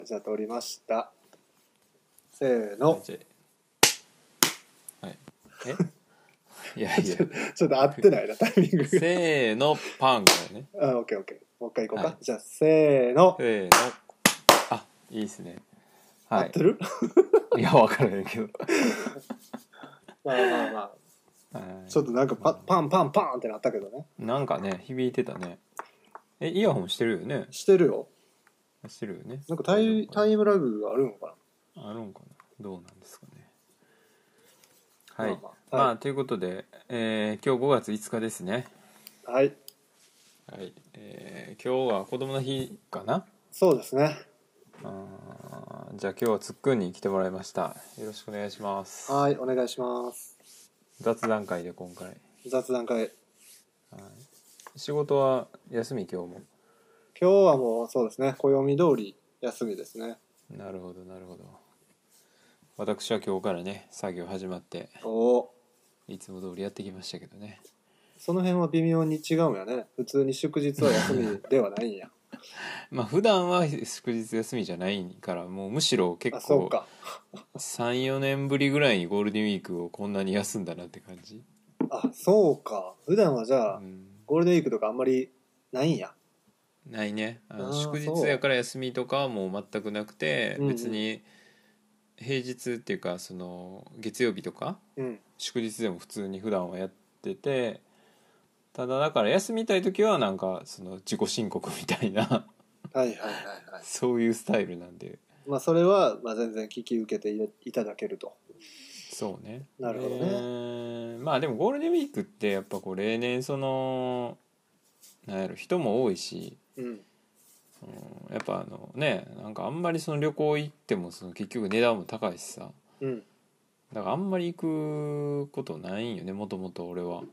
じゃあ撮りました。せーの。 はい。いやいやちょっと合ってないなタイミングが。 せーのパンからね。 あ、オッケーオッケー。もう一回行こうか。 はいじゃあせーの。 せーの。あ、いいですね。はい。 合ってる？ いや、わからないけど。 まあまあまあ。ちょっとなんかパンパンパンってなったけどね。 なんかね、響いてたね。イヤホンしてるよね。 してるよ。 してるよね。 なんかタイムラグがあるのかな。あるんかな。どうなんですかね。はい。 まあということで、今日5月5日ですね。 はい。 はい。今日は子供の日かな。 そうですね。 じゃあ今日はつっくんに来てもらいました。よろしくお願いします。 はい、お願いします。 雑談会で今回。 雑談会。 はい。仕事は休み今日も。 今日はもうそうですね。暦通り休みですね。 なるほどなるほど。私は今日からね作業始まっていつも通りやってきましたけどね。 その辺は微妙に違うんやね。普通に祝日は休みではないんや。 まあ普段は祝日休みじゃないからもうむしろ結構3,4年ぶりぐらいにゴールデンウィークをこんなに休んだなって感じ。 あ、そうか。普段はじゃあ、ゴールデンウィークとかあんまりないんや。 ないね。祝日やから休みとかはもう全くなくて、別に平日っていうかその月曜日とか、祝日でも普通に普段はやってて、ただだから休みたい時はなんかその自己申告みたいなはいはいはいはい。 そういうスタイルなんで、 まあそれはまあ全然引き受けていただけると。 そうね。 なるほどね。 まあでもゴールデンウィークってやっぱこう例年そのなんやろ人も多いし、やっぱねなんかあんまりその旅行行ってもその結局値段も高いしさ、だからあんまり行くことないんよねもともと俺は。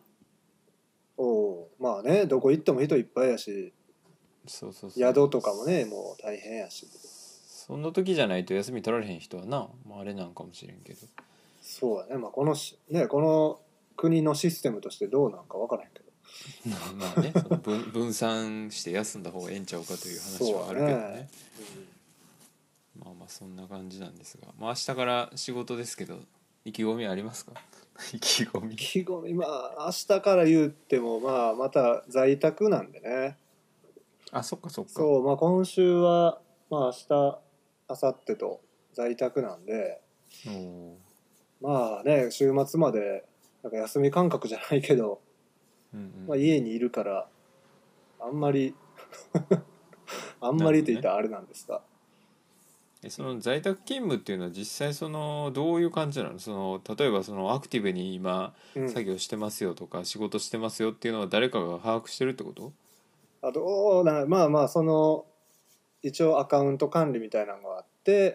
まあね、どこ行っても人いっぱいやし、 そう宿とかもねもう大変やし。 その時じゃないと休み取られへん人はな、まあ、あれなんかもしれんけど。 そうだね。まあこの国のシステムとしてどうなんか分からへんけど。 まあね、その分散して休んだ方がええんちゃうかという話はあるけどね。まあまあそんな感じなんですが、まあ明日から仕事ですけど意気込みありますか？意気込みまあ明日から言ってもまあまた在宅なんでね。 あ、そっかそっか。 そう、まあ今週はまあ明日明後日と在宅なんで、まあね週末までなんか休み感覚じゃないけど、まあ家にいるからあんまりあんまりと言ったらあれなんですが、 その在宅勤務っていうのは実際そのどういう感じなの？その例えばそのアクティブに今作業してますよとか仕事してますよっていうのは誰かが把握してるってこと？ まあまあその一応アカウント管理みたいなのがあって、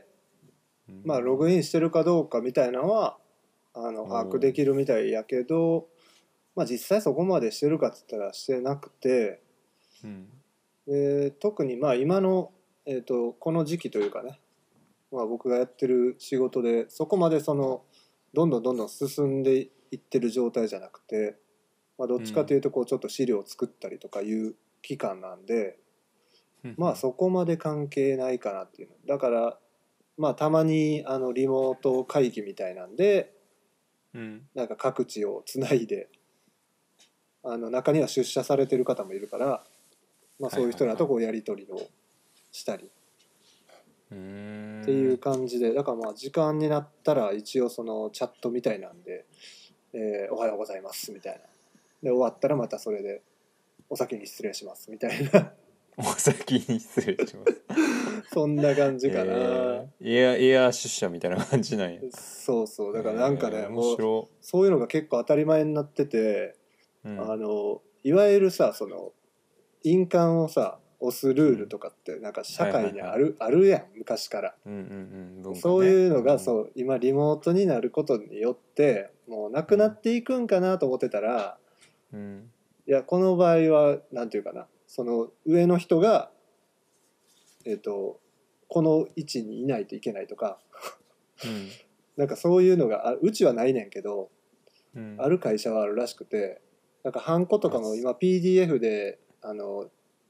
まあログインしてるかどうかみたいなのは把握できるみたいやけど、まあ実際そこまでしてるかっつったらしてなくて、で特にまあ今の、この時期というかね、まあ、僕がやってる仕事でそこまでそのどんどん進んでいってる状態じゃなくて、まあ、どっちかというとこうちょっと資料を作ったりとかいう期間なんで、まあそこまで関係ないかなっていうのだから、まあたまにリモート会議みたいなんで、なんか各地をつないで中には出社されてる方もいるから、まあ、そういう人らとこうやり取りをしたりっていう感じで、だからまあ時間になったら一応そのチャットみたいなんで、おはようございますみたいなで終わったらまたそれでお先に失礼しますみたいなお先に失礼しますそんな感じかな、 エア出社みたいな感じなんや。 そうそうだからなんかね、もう白そういうのが結構当たり前になってて、いわゆるさその印鑑をさ押すルールとかってなんか社会にあるやん昔から、そういうのがそう今リモートになることによってもうなくなっていくんかなと思ってたら、いやこの場合はなんていうかな、その上の人がこの位置にいないといけないとかなんかそういうのがうちはないねんけど、ある会社はあるらしくて、なんかハンコとかも今 PDF で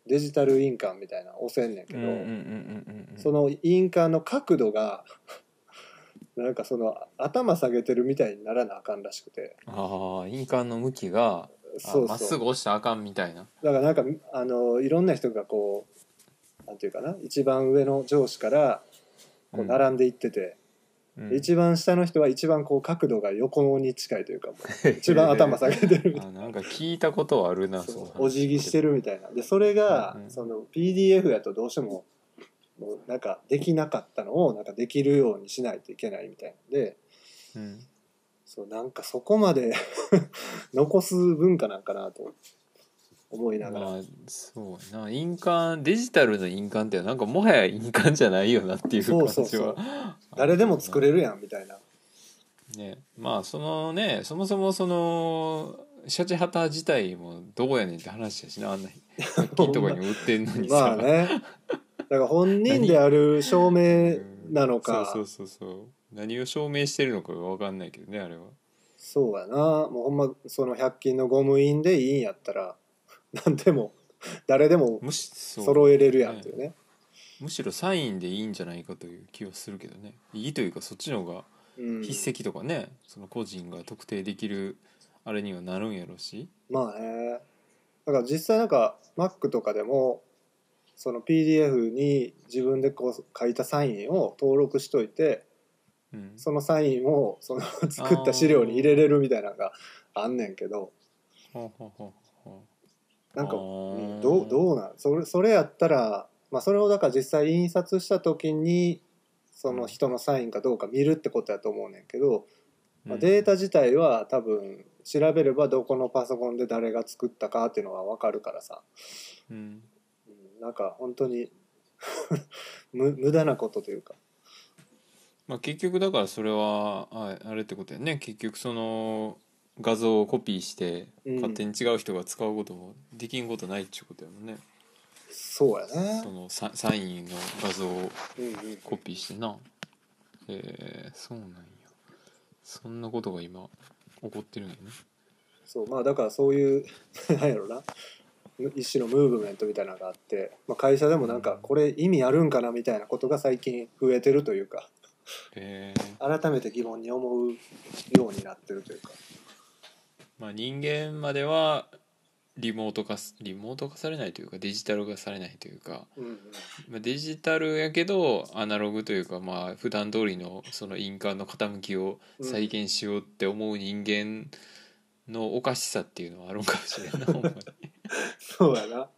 デジタル印鑑みたいなの押せんねんけど、 うんうんうんうんうんその印鑑の角度がなんかその頭下げてるみたいにならなあかんらしくて。 ああ印鑑の向きがまっすそうそぐ押したらあかんみたいな。 う。だからなんかいろんな人がこうなんていうかな、一番上の上司からこう並んでいってて、 うん一番下の人は一番こう角度が横に近いというか、もう一番頭下げてるみたいな。 なんか聞いたことはあるなその話。 お辞儀してるみたいな。でそれが、 うんうんその PDF やとどうしてももうなんかできなかったのをなんかできるようにしないといけないみたいなんで、 うんそうなんかそこまで残す文化なんかなと思いながら、 まあそうやな印鑑デジタルの印鑑ってなんかもはや印鑑じゃないよなっていうそう感じはそうそう、誰でも作れるやんみたいな。 ね。まあそのねそもそもそのシャチハタ自体もどうやねんって話やしな、あんな100均とかに売ってんのにさまあね、だから本人で何ある証明なのか。 そうそうそうそう何を証明してるのかが分かんないけどねあれは。 そうやな、もうほんまその100均のゴム印でいいんやったら何でも誰でもそう揃えれるやんっねていうね。 むしろサインでいいんじゃないかという気はするけどね。いいというかそっちの方がうん筆跡とかねその個人が特定できるあれにはなるんやろし。 まあね、だから実際なんか Mac とかでもその PDF に自分でこう書いたサインを登録しといて、 うんそのサインをそのあ作った資料に入れれるみたいなのがあんねんけど、 ほうほうほうほなんか、 うどうなんそれやったら、まあ、それをだから実際印刷した時にその人のサインかどうか見るってことやと思うねんけど、まあ、データ自体は多分調べればどこのパソコンで誰が作ったかっていうのは分かるからさ、 うんなんか本当に無駄なことというか。 まあ結局だからそれはあれってことやね。結局その画像をコピーして勝手に違う人が使うこともできんことないっていうことやもんね。 そうやね。 そのサインの画像をコピーしてな。そうなんや。そんなことが今起こってるんやね。 そう、まあだからそういうなんやろな、一種のムーブメントみたいなのがあって、まあ、会社でもなんかこれ意味あるんかなみたいなことが最近増えてるというか、改めて疑問に思うようになってるというか。 まあ人間まではリモート化されないというかデジタル化されないというか、まあ、デジタルやけどアナログというかまあ普段通りのその印鑑の傾きを再現しようって思う人間のおかしさっていうのはあるんかもしれんなほんまにそうやな、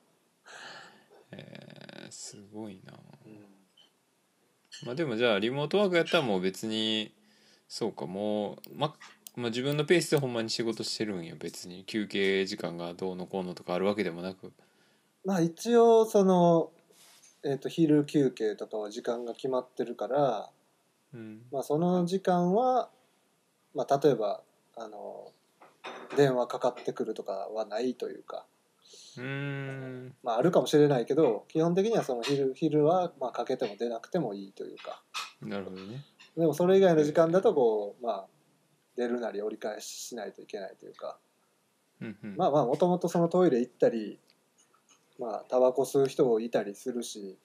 すごいな。まあでもじゃあリモートワークやったらもう別にそうかもうまあ、自分のペースでほんまに仕事してるんや。別に休憩時間がどうのこうのとかあるわけでもなく。 まあ一応その、昼休憩とかは時間が決まってるから、まあ、その時間は、まあ、例えば電話かかってくるとかはないというか、まああるかもしれないけど基本的にはその昼はまあかけても出なくてもいいというか。 なるほどね。 でもそれ以外の時間だとこう、まあ出るなり折り返ししないといけないというか、まあまあもともとそのトイレ行ったり、まあタバコ吸う人もいたりするし、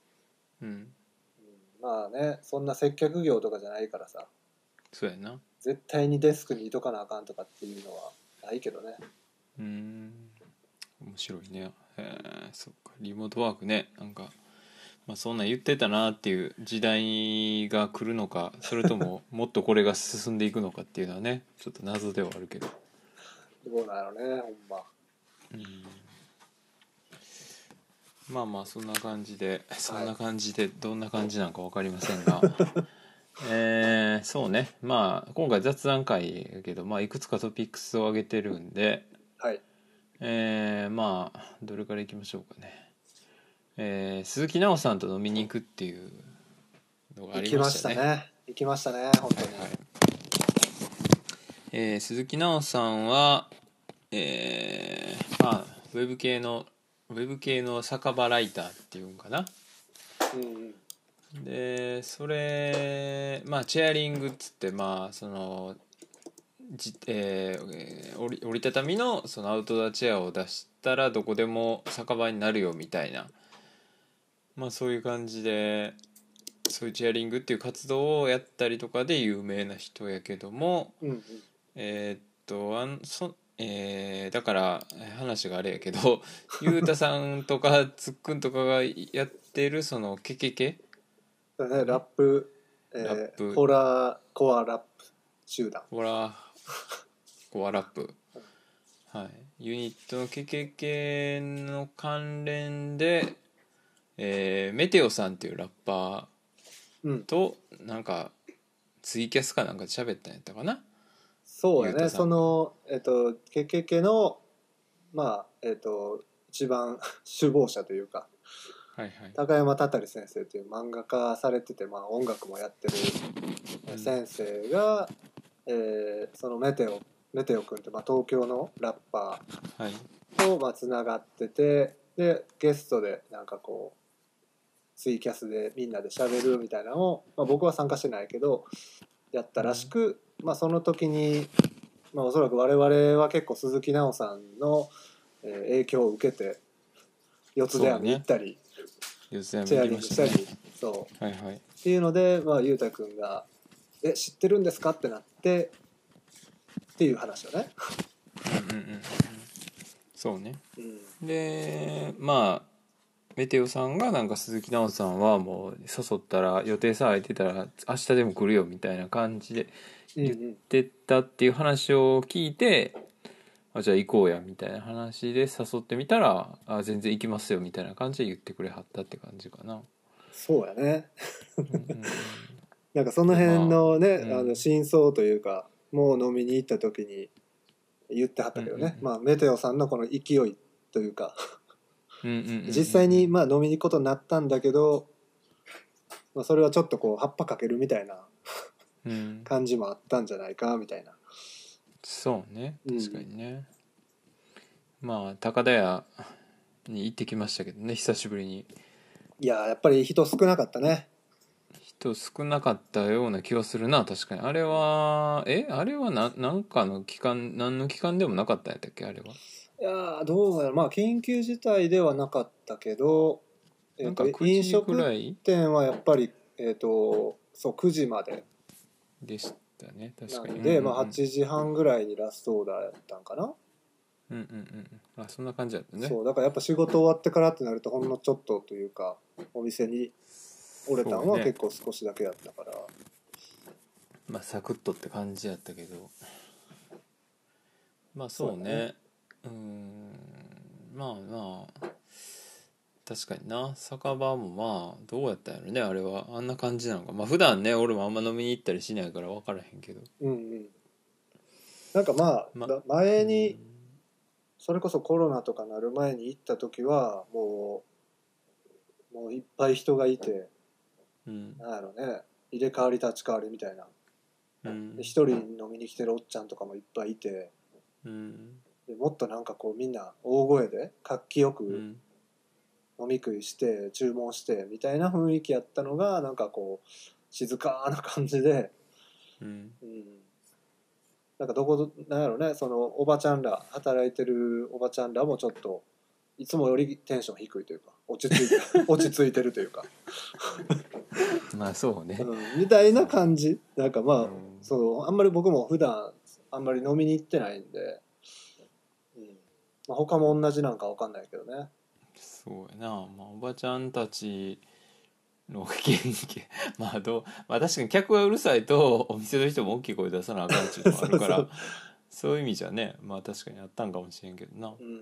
まあね、そんな接客業とかじゃないからさ、 そうやな。 絶対にデスクにいとかなあかんとかっていうのはないけどね。 面白いね。そっかリモートワークね。なんかまあそんなん言ってたなっていう時代が来るのか、それとももっとこれが進んでいくのかっていうのはねちょっと謎ではあるけど。 どうなのね、ほんま。 まあまあそんな感じでどんな感じなのか分かりませんがそうね、まあ今回雑談会やけど、まあ、いくつかトピックスを挙げてるんで、 はい、 まあどれからいきましょうかね。鈴木奈緒さんと飲みに行くっていうのがありましたね。 行きましたね本当に。 鈴木奈緒さんは、まあウェブ系の酒場ライターっていうんかな。でそれまあチェアリングっつってまあその折りたたみのそのアウトドアチェアを出したらどこでも酒場になるよみたいな、まあそういう感じで、そういうチェアリングっていう活動をやったりとかで有名な人やけども、 うんうん。 だから話があれやけどゆうたさんとかつっくんとかがやってるそのケケケだね、ラップ、 ラップコアラップ集団。 コラコアラップ、はい、ユニットのケケケの関連で、メテオさんっていうラッパうん。 ーとなんかツイキャスかなんかで喋ったんやったかな、 そうやね。 ゆうたさんが。 ケケケの、まあ、一番首謀者というか、 はいはい、 高山たたり先生という漫画家されてて、まあ、音楽もやってるうん、 先生が、そのメテオ君って、まあ、東京のラッパはい、 ーと、まあ、つながってて、でゲストでなんかこうツイキャスでみんなで喋るみたいなのを、まあ、僕は参加してないけどやったらしうんく、まあ、その時に、まあ、おそらく我々は結構鈴木奈緒さんの影響を受けて四つで網行っそうやね、 たり四つチェア行きましたね。 リングしたりそうはいはい、 っていうので、まあ、ゆうたくんが「え知ってるんですか?」ってなってっていう話よね。 うんうんうん、そうね。 うん、 でまあメテオさんがなんか鈴木奈緒さんはもう誘ったら予定さ空いてたら明日でも来るよみたいな感じで言っうんうんてたっていう話を聞いて、あじゃあ行こうやみたいな話で誘ってみたら、あ全然行きますよみたいな感じで言ってくれはったって感じかな。 そうやね。 うんうんうん、 なんかそので辺まあのねうん真相というかもう飲みに行った時に言ってはっうんうんたけどね、まあ、メテオさんのこの勢いというかうんうんうんうん実際にまあ飲みに行くことになったんだけど、まあ、それはちょっとこう葉っぱかけるみたいなうんうん、 感じもあったんじゃないかみたいな。 そうね、確かうん、 にね。まあ高田屋に行ってきましたけどね、久しぶりに。 いややっぱり人少なかったね。 人少なかったような気はするな、確かに。あれはあれはなんかの期間、何の期間でもなかったんやったっけあれは。 いやどうやらまあ緊急事態ではなかったけど、 なんか9時く飲食らい店はやっぱり、そう9時まででしたね、確かに。うんうんなんで、まあ、8時半ぐらいにラストオーダーやったんかな。 うんうんうんうん、あそんな感じだったね。 そうだからやっぱ仕事終わってからってなるとほんのちょっとというかお店に折れたんはそうやね。 結構少しだけやったから。 まあサクッとって感じやったけど、まあそうやね。 そうね。まあまあ確かにな、酒場もまあどうやったんやろね、あれは。あんな感じなのか。まあ普段ね俺もあんま飲みに行ったりしないから分からへんけど。 うんうん。なんかまあまう前にんそれこそコロナとかなる前に行った時はもういっぱい人がいて、 うんなんやろね、入れ替わり立ち替わりみたいな。 うんで一人飲みに来てるおっちゃんとかもいっぱいいて、 うんでもっとなんかこうみんな大声で活気よくうん飲み食いして注文してみたいな雰囲気やったのがなんかこう静かな感じで、 うんうん、なんかどこなんやろね、そのおばちゃんら働いてるおばちゃんらもちょっといつもよりテンション低いというか落ち着いて落ち着いてるというか、 まあそうね。 みたいなそうね。 感じ。なんかまあうんそうあんまり僕も普段あんまり飲みに行ってないんで、うんまあ、他も同じなんかわかんないけどね。 そうやな、まあおばちゃんたちの元気まあまあ確かに客がうるさいとお店の人も大きい声出さなあかんっていうのもあるから、 そうそう、 そういう意味じゃね、まあ確かにあったんかもしれんけどな。 うん、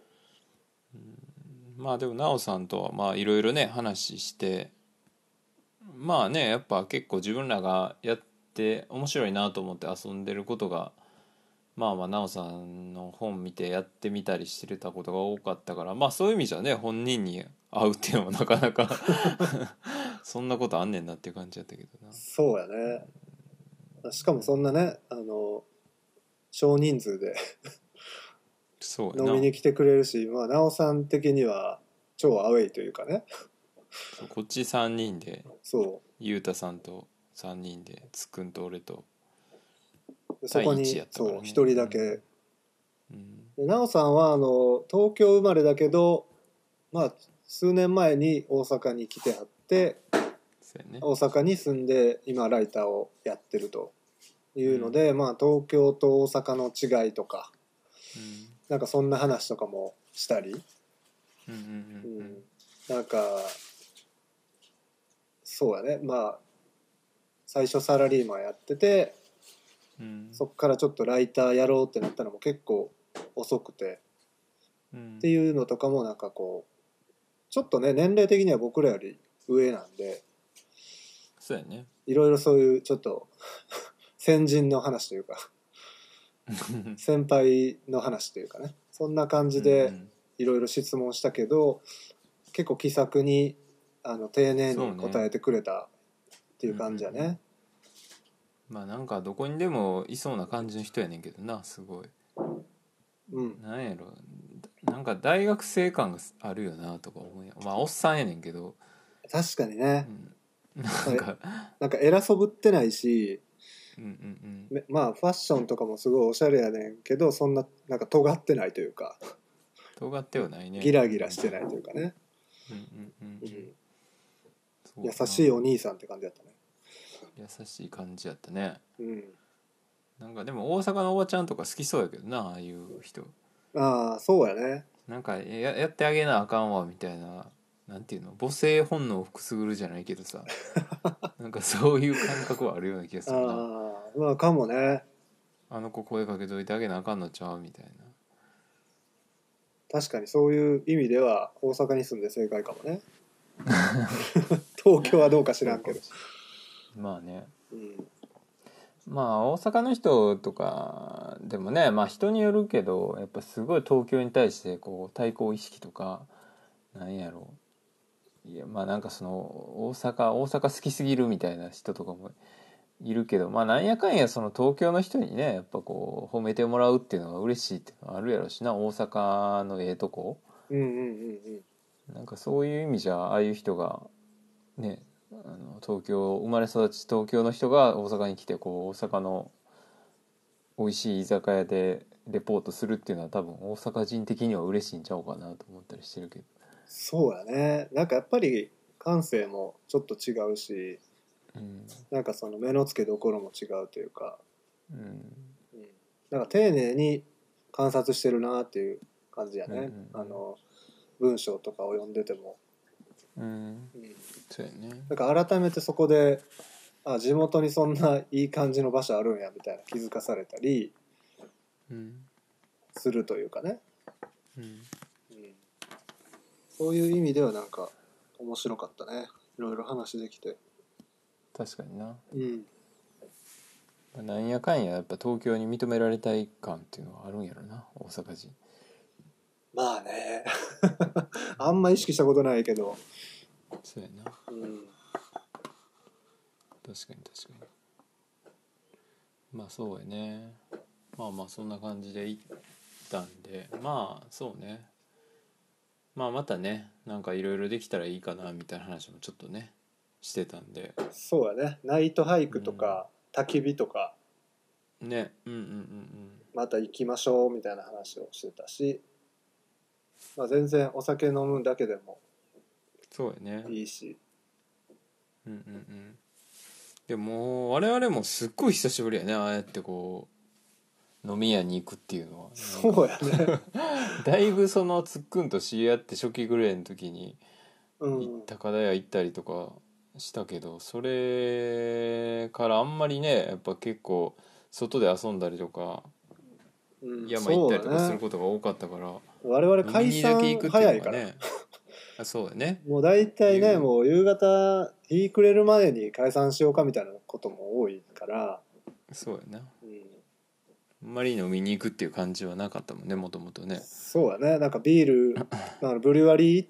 まあでも奈緒さんとはまあいろいろね話して、まあねやっぱ結構自分らがやって面白いなと思って遊んでることが、まあまあ奈緒さんの本見てやってみたりしてたことが多かったから、まあそういう意味じゃね本人に会うっていうのもなかなかそんなことあんねんなっていう感じだったけどな。 そうやね。しかもそんなね少人数でそうやな。 飲みに来てくれるし、まあ、なおさん的には超アウェイというかね。 そうこっち3人で、 そゆうたさんと3人でつっくんと俺とそこに対一やったからねそう一人だけ、 うんで奈緒さんは東京生まれだけど、まあ数年前に大阪に来てはって、 そうやね大阪に住んで今ライターをやってるというので、まあ東京と大阪の違いとか、 うんなんかそんな話とかもしたり、 うんうんうんなんかそうやね、まあ最初サラリーマンやってて、 うんそっからちょっとライターやろうってなったのも結構遅くてうんっていうのとかもなんかこうちょっとね年齢的には僕らより上なんで、 そうやねいろいろそういうちょっと先人の話というか先輩の話というかね、そんな感じでいろいろ質問したけど、結構気さくに丁寧に答えてくれたっていう感じやね。 まあなんかどこにでもいそうな感じの人やねんけどな、すごいうん、 なんやろ、なんか大学生感があるよなとか思い、まあおっさんやねんけど、 確かにね、 なんかなんか偉そぶってないし、 うんうんまあファッションとかもすごいおしゃれやねんけど、そんななんか尖ってないというか尖ってはないね、 ギラギラしてないというかね、 うんうんうんうん、 そうやな、 優しいお兄さんって感じだったね。 優しい感じやったね。 うん、 なんかでも大阪のおばちゃんとか好きそうやけどな、ああいう人。 ああそうやね。 なんかやってあげなあかんわみたいな、なんていうの、母性本能をくすぐるじゃないけどさ、なんかそういう感覚はあるような気がするな。 ああまあかもね。 あの子声かけといてあげなあかんのちゃうみたいな。 確かにそういう意味では大阪に住んで正解かもね。東京はどうか知らんけど。 まあね、 うん、 まあ大阪の人とかでもね、まあ人によるけどやっぱすごい東京に対してこう対抗意識とか、なんやろう、いやまあなんかその大阪好きすぎるみたいな人とかもいるけど、まあなんやかんやその東京の人にねやっぱこう褒めてもらうっていうのが嬉しいっていうのはあるやろしな、大阪のええとこ、 うんうんうんなんかそういう意味じゃああいう人がね、東京生まれ育ち東京の人が大阪に来てこう大阪の美味しい居酒屋でレポートするっていうのは多分大阪人的には嬉しいんちゃうかなと思ったりしてるけど。 そうやね。なんかやっぱり感性もちょっと違うし、 うんなんかその目の付けどころも違うというか、 うんうん、なんか丁寧に観察してるなっていう感じやね。文章とかを読んでても、 うんうんうん、 そうやね。 なんか改めてそこで、あ、地元にそんないい感じの場所あるんやみたいな気づかされたりうんするというかね、 うんうん、そういう意味ではなんか面白かったね。いろいろ話できて。 確かにな。 うん。 なんやかんややっぱ東京に認められたい感っていうのはあるんやろな、大阪人。 まあね。あんま意識したことないけど。 そうやな、 うん。 確かに確かに。まあそうやね。まあまあそんな感じで行ったんで、まあそうね、まあまたねなんかいろいろできたらいいかなみたいな話もちょっとねしてたんで。 そうやね。ナイトハイクとうんか、焚き火とか、 ね、うんうんうんまた行きましょうみたいな話をしてたし、まあ全然お酒飲むだけでもそうやね、 いいし。 うんうんうん。でも我々もすっごい久しぶりやね、ああやってこう飲み屋に行くっていうのは。なんかそうやね。 だいぶそのつっくんと知り合って初期ぐらいの時にうん。 高田屋行ったりとかしたけど、それからあんまりねやっぱ結構外で遊んだりとかうん、 山行ったりとかすそうだね。 ることが多かったから、 我々解海にだけ行散くっていう早いから。 のがね、あ、そうだね、 もう大体ね、 いうもう夕方日暮れるまでに解散しようかみたいなことも多いから、 そうやな、 うん、 あんまり飲みに行くっていう感じはなかったもんね、もともとね。 そうやね。なんかビール、だからブリュワリー行って、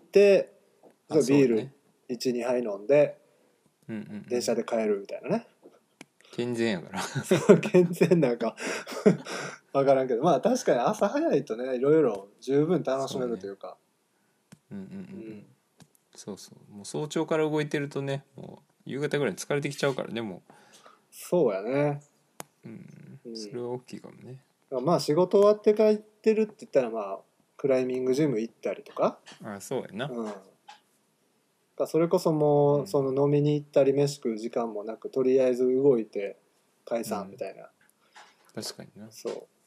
あ、そうビールやね、 1、2杯飲んで、 うんうんうん、 電車で帰るみたいなね。 健全やからそう、健全なんかわからんけど、まあ確かに朝早いとね、いろいろ十分楽しめるというか。 うんうんうんううんん、そうそう、もう早朝から動いてるとねもう夕方ぐらいに疲れてきちゃうからねもそうやね。 う、うん、 それは大きいかもね。 まあ仕事終わって帰ってるって言ったらまあクライミングジム行ったりとか、 あ、そうやな。 それこそもうその飲みに行ったり飯食う時間もなくとりあえず動いて解散みたいな、 確かにな。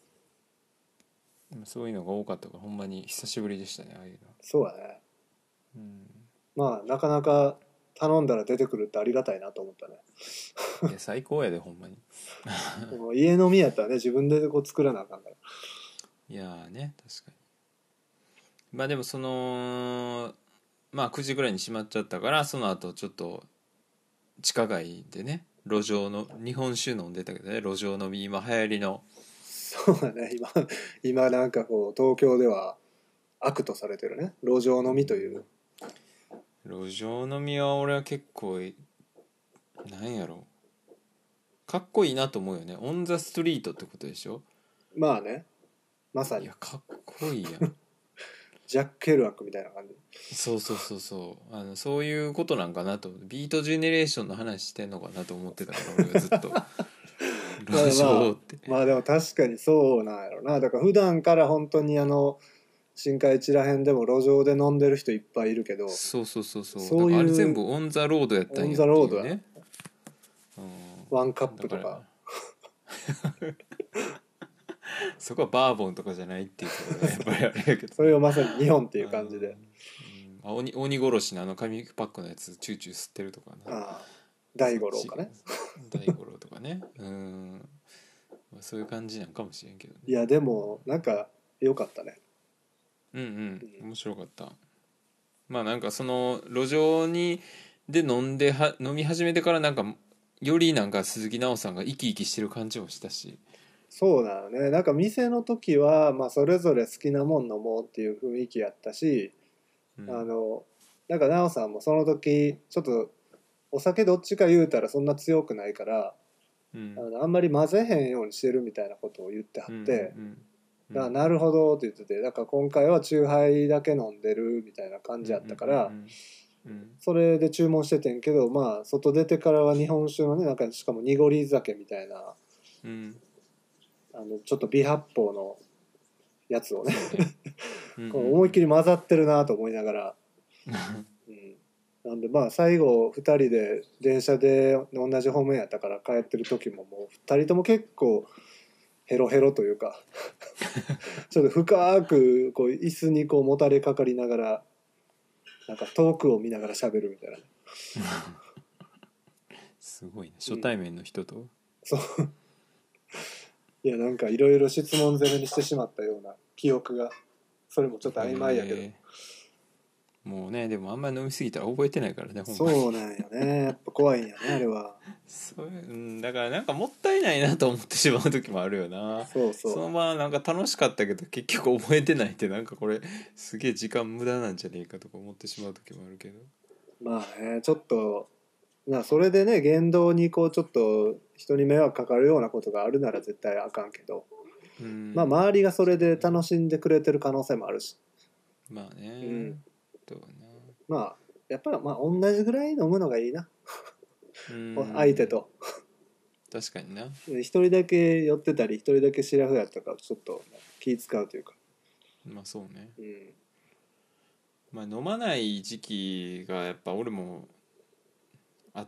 そういうのが多かったからほんまに久しぶりでしたね、ああいうの。 そうだね。まあなかなか頼んだら出てくるってありがたいなと思ったね。 いや最高やでほんまに。 もう家飲みやったらね自分でこう作らなあかんから。 いやーね、確かに。まあでもそのまあ9時ぐらいに閉まっちゃったから、その後ちょっと地下街でね、路上の日本酒飲んでたけどね、路上飲み、今流行りの。 そうだね、今なんかこう東京では悪とされてるね、路上飲みという。 路上飲みは俺は結構なんやろ、かっこいいなと思うよね。オン・ザ・ストリートってことでしょ。 まあね、まさにいやかっこいいやん。 ジャック・ケルアックみたいな感じ。 そうそうそうそう、そういうことなんかなと。ビートジェネレーションの話してんのかなと思ってたから俺はずっと。路上って、 まあでも確かにそうなんやろな。だから普段から本当に新海地らへんでも路上で飲んでる人いっぱいいるけど、 そうそうそうそう、 そういうだからあれ全部オン・ザ・ロードやったんやっていうね。 オンザロードや、 うん、 ワンカップとか。 そこはバーボンとかじゃないっていうところがやっぱりあれやけど、 それをまさに日本っていう感じで。 鬼殺しの紙パックのやつチューチュー吸ってるとかな。 大五郎かね。 大五郎とかね。そういう感じなんかもしれんけどね。 いやでもなんか良かったね。 面白かった。まあなんかその路上で飲み始めてからなんかよりなんか鈴木奈緒さんが生き生きしてる感じもしたし。 そうだよね。なんか店の時は、まあ、それぞれ好きなもん飲もうっていう雰囲気やったし、なんか奈緒さんもその時ちょっとお酒どっちか言うたらそんな強くないから、あんまり混ぜへんようにしてるみたいなことを言ってはって、だからなるほどって言ってて、だから今回はチューハイだけ飲んでるみたいな感じやったから、それで注文しててんけど、まあ外出てからは日本酒のね、なんかしかも濁り酒みたいな、ちょっと微発泡のやつをねこう思いっきり混ざってるなと思いながら、なんでまあ最後2人で電車で同じ方面やったから帰ってる時ももう2人とも結構ヘロヘロというかちょっと深くこう椅子にこうもたれかかりながらなんか遠くを見ながら喋るみたいなすごいね、初対面の人と。 そういやなんかいろいろ質問攻めにしてしまったような記憶が、それもちょっと曖昧やけど、 もうね、でもあんまり飲みすぎたら覚えてないからね、ほんまにそうなんよね、やっぱ怖いんやねあれは。 だからなんかもったいないなと思ってしまう時もあるよな。そのままなんか楽しかったけど結局覚えてないって、なんかこれすげえ時間無駄なんじゃねえかとか思ってしまう時もあるけど、 まあねちょっとそれでね言動にこうちょっと人に迷惑かかるようなことがあるなら絶対あかんけど、まあ周りがそれで楽しんでくれてる可能性もあるし、 まあね、どうな、 まあやっぱりまあ同じぐらい飲むのがいいな相手と。 確かにな。 一人だけ寄ってたり一人だけシラフやったからちょっと気使うというか。 まあそうね、まあ飲まない時期がやっぱ俺もあって、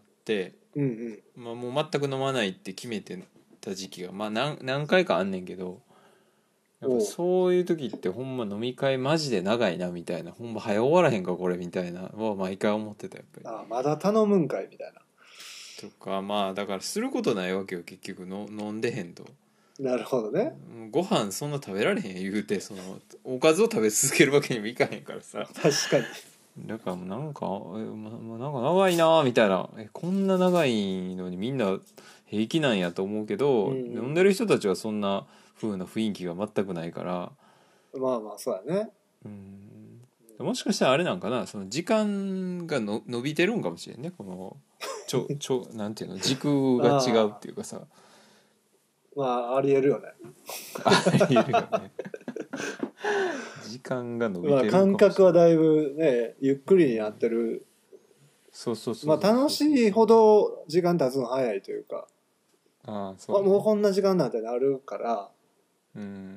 まあもう全く飲まないって決めてた時期がまあ何回かあんねんけど、やっぱそういう時ってほんま飲み会マジで長いなみたいな、ほんま早終わらへんかこれみたいなは毎回思ってた。やっぱりまだ頼むんかいみたいなとか、まあだからすることないわけよ結局の飲んでへんと。 なるほどね。 ご飯そんな食べられへん言うて、そのおかずを食べ続けるわけにもいかへんからさ。 確かに。 だからもうなんかなんか長いなみたいな、こんな長いのにみんな平気なんやと思うけど、飲んでる人たちはそんな風な雰囲気が全くないから、 まあまあそうやね。 もしかしたらあれなんかな、その時間が伸びてるんかもしれんね、このなんていうの、時空が違うっていうかさ。 まあありえるよね。 ありえるよね。時間が伸びてるかもしれない。 感覚はだいぶねゆっくりになってる。 そうまあ楽しいほど時間経つの早いというか。 ああそう、ね、 もうこんな時間なんてなるから、 うん、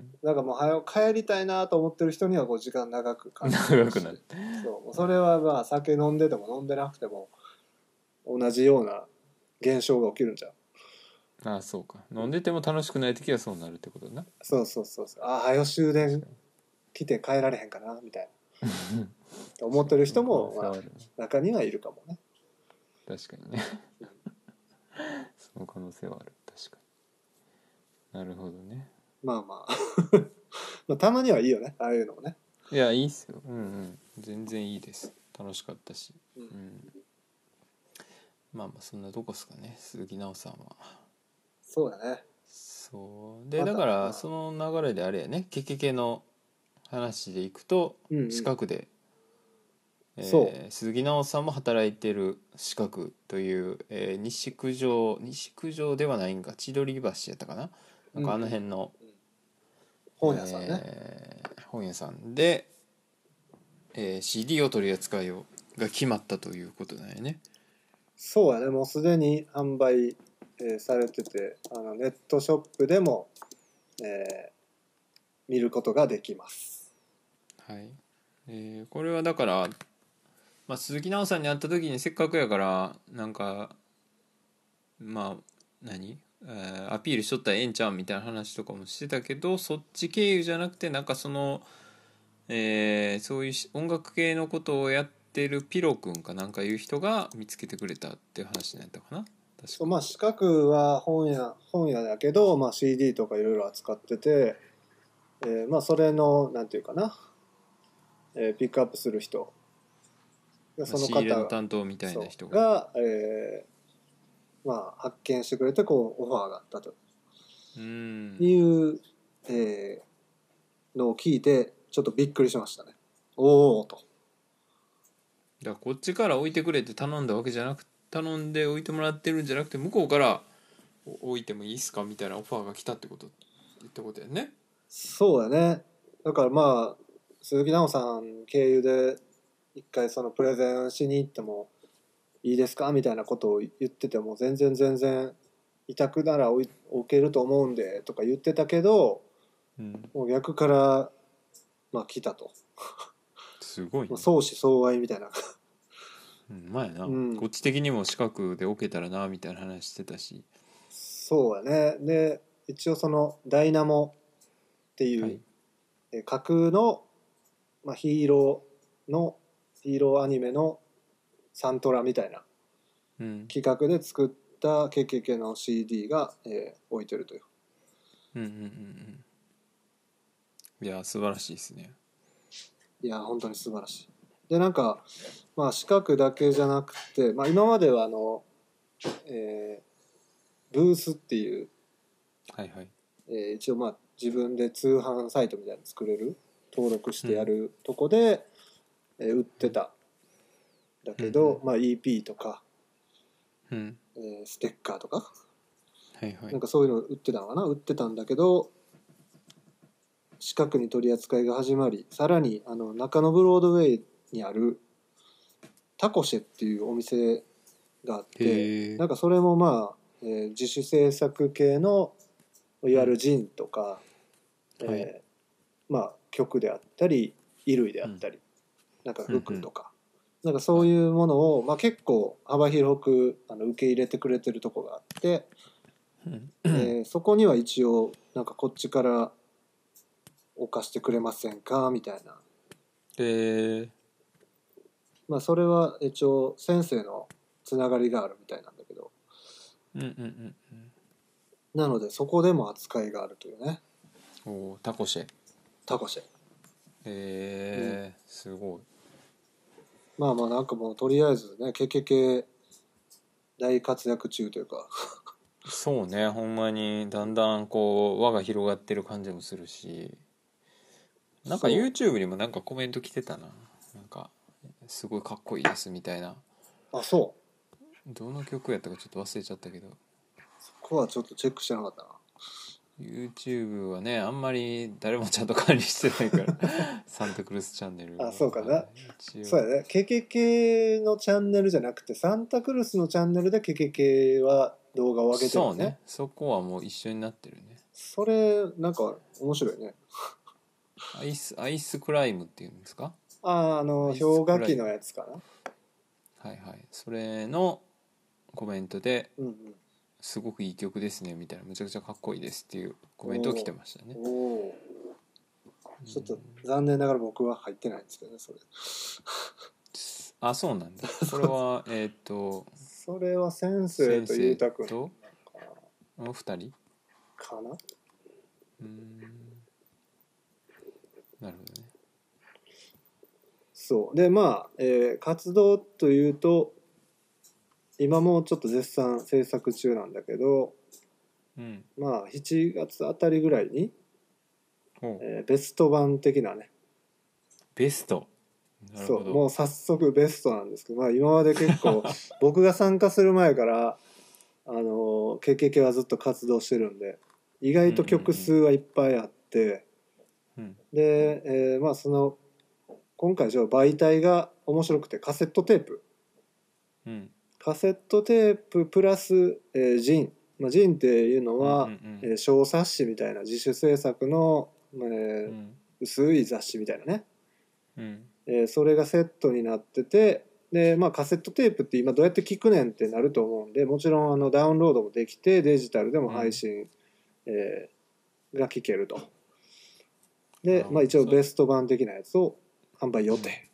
なんかもう早く帰りたいなと思ってる人にはこう時間長く感じるし、 長くなって、 そうそれはまあ酒飲んでても飲んでなくても同じような現象が起きるんじゃん。 ああそうか、飲んでても楽しくない時はそうなるってことだな。 そうそうそうそう、ああ早終電確かに。 来て帰られへんかなみたいな思ってるその可能人もまあ性はあるね。 中にはいるかもね。 確かにね。その可能性はある、確かに。なるほどね。 まあまあまあたまにはいいよね、ああいうのもね。 いやいいっすよ、うんうん、全然いいです、楽しかったし、 うん、 うん、まあまあそんなとこっすかね、鈴木奈緒さんは。 そうだね。 そうで、 また、 だからまあ、 その流れであれやね、ケケケの話でいくと、 うんうん、 近くで、 そ鈴木奈緒さんも働いてる四国という、西九条ではないんか、千鳥橋やったかな、なう、うんうん、 んかあの辺の、 本屋さんね。 本屋さんで、CD を取り扱いをが決まったということなんやね。 そうやね、もうすでに販売、されてて、ネットショップでも、え見ることができます。 はい、これはだから、まあ、鈴木奈緒さんに会った時にせっかくやからなんかまあ何、アピールしとったらええんちゃうみたいな話とかもしてたけど、そっち経由じゃなくてなんかその、そういう音楽系のことをやってるピロくんかなんかいう人が見つけてくれたっていう話になったかな、確か。 そう、まあ四角は本屋だけど、まあ、CD とかいろいろ扱ってて、まあそれのなんていうかな、ピックアップする人が、 まあ、 その仕入れの方担当みたいなそ人が。 うが、まあ、発見してくれてこうオファーがあったとうん。 いう、のを聞いてちょっとびっくりしましたね。おおと。 だからこっちから置いてくれって頼んだわけじゃなく、頼んで置いてもらってるんじゃなくて、向こうから置いてもいいっすかみたいなオファーが来たってことやね。 そうやね。だからまあ鈴木奈緒さん経由で一回そのプレゼンしに行ってもいいですかみたいなことを言ってても全然委託なら置けると思うんでとか言ってたけど、 うん、 もう逆からまあ来たと。 すごいね。 相思相愛みたいな。 うん、まあやな、 うん、 こっち的にも近くで置けたらなみたいな話してたし。 そうやね。で一応そのダイナモっていうはい。 架空の、まあ、ヒーローアニメのサントラみたいなうん。 企画で作った KKK の CD が、置いてるという。 うんうんうんうん。いや素晴らしいですね。 いや本当に素晴らしい。でなんか、まあ、四角だけじゃなくて、まあ、今まではえブースっていう、 はいはい。 一応まあ自分で通販サイトみたいなの作れる登録しうん。 てやるとこで、売ってただうんうんけど、まあ、EP とか、 うん。 ステッカーとかはいはい。 なんかそういうの売ってたのかな、売ってたんだけど近くに取り扱いが始まり、さらに中野ブロードウェイにあるタコシェっていうお店があって、 へえ。 なんかそれもまあ、自主制作系のいわゆるうん。 ジンとか、 はい。 まあ曲であったり衣類であうんったりなんかうんうん。 服とか、なんかそはい。 ういうものを、まあ、結構幅広く受け入れてくれてるとこがあって、そこには一応なんかこっちから置かしてくれませんかみたいな、 へえ。 まあそれは一応先生のつながりがあるみたいなんだけど、 うんうんうんなのでそこでも扱いがあるというね。 うん。おお、タコシェ。へタコシェ、うん、 え、すごい。 まあまあなんかもうとりあえずねケケケ大活躍中というかそうね、ほんまにだんだんこう輪が広がってる感じもするし、なんかそ YouTube にもなんかコメント来てたな。なんかすごいかっこいいですみたいな。 う、あ、そう、 どの曲やったかちょっと忘れちゃったけど、 そこはちょっとチェックしてなかったな。 YouTube はねあんまり誰もちゃんと管理してないからサンタクルスチャンネルあ、そうかは、 な。 一応。 そうやね。ケケケのチャンネルじゃなくて、サンタクルスのチャンネルでケケケは動画を上げてるそうね。そこはもう一緒になってるね。 それなんか面白いね。 アイスクライムっていうんですか？ ああ、 アイス氷河期クライム。 のやつかな。 はいはい。それのコメントでうんうん。 すごくいい曲ですねみたいな、むちゃくちゃかっこいいですっていうコメントを来てましたね。 おお。ちょっと残念ながら僕は入ってないんですけどね、それ。 あ、そうなんだ。これはそれは先生とゆう先生たくんとお二人かな。 なるほどね。 そうで、まあ、活動というと今もちょっと絶賛制作中なんだけど、 うん。 まあ7月あたりぐらいに、 おベスト版的なね、 ベスト。なるほど。 そうもう早速ベストなんですけど、まあ、今まで結構僕が参加する前からKKK はずっと活動してるんで意外と曲数はいっぱいあって、 うん。 で、まあその今回媒体が面白くてカセットテープ、 うん。 カセットテーププラス、ジン、まあ、ジンっていうのうんうんは、 うん。 小冊子みたいな自主制作の、 うん薄い雑誌みたいなね、 うん。 それがセットになってて、で、まあ、カセットテープって今どうやって聞くねんってなると思うんで、もちろんダウンロードもできてデジタルでも配信、が聞けると。で、まあ、一応ベスト版的なやつを販売予定。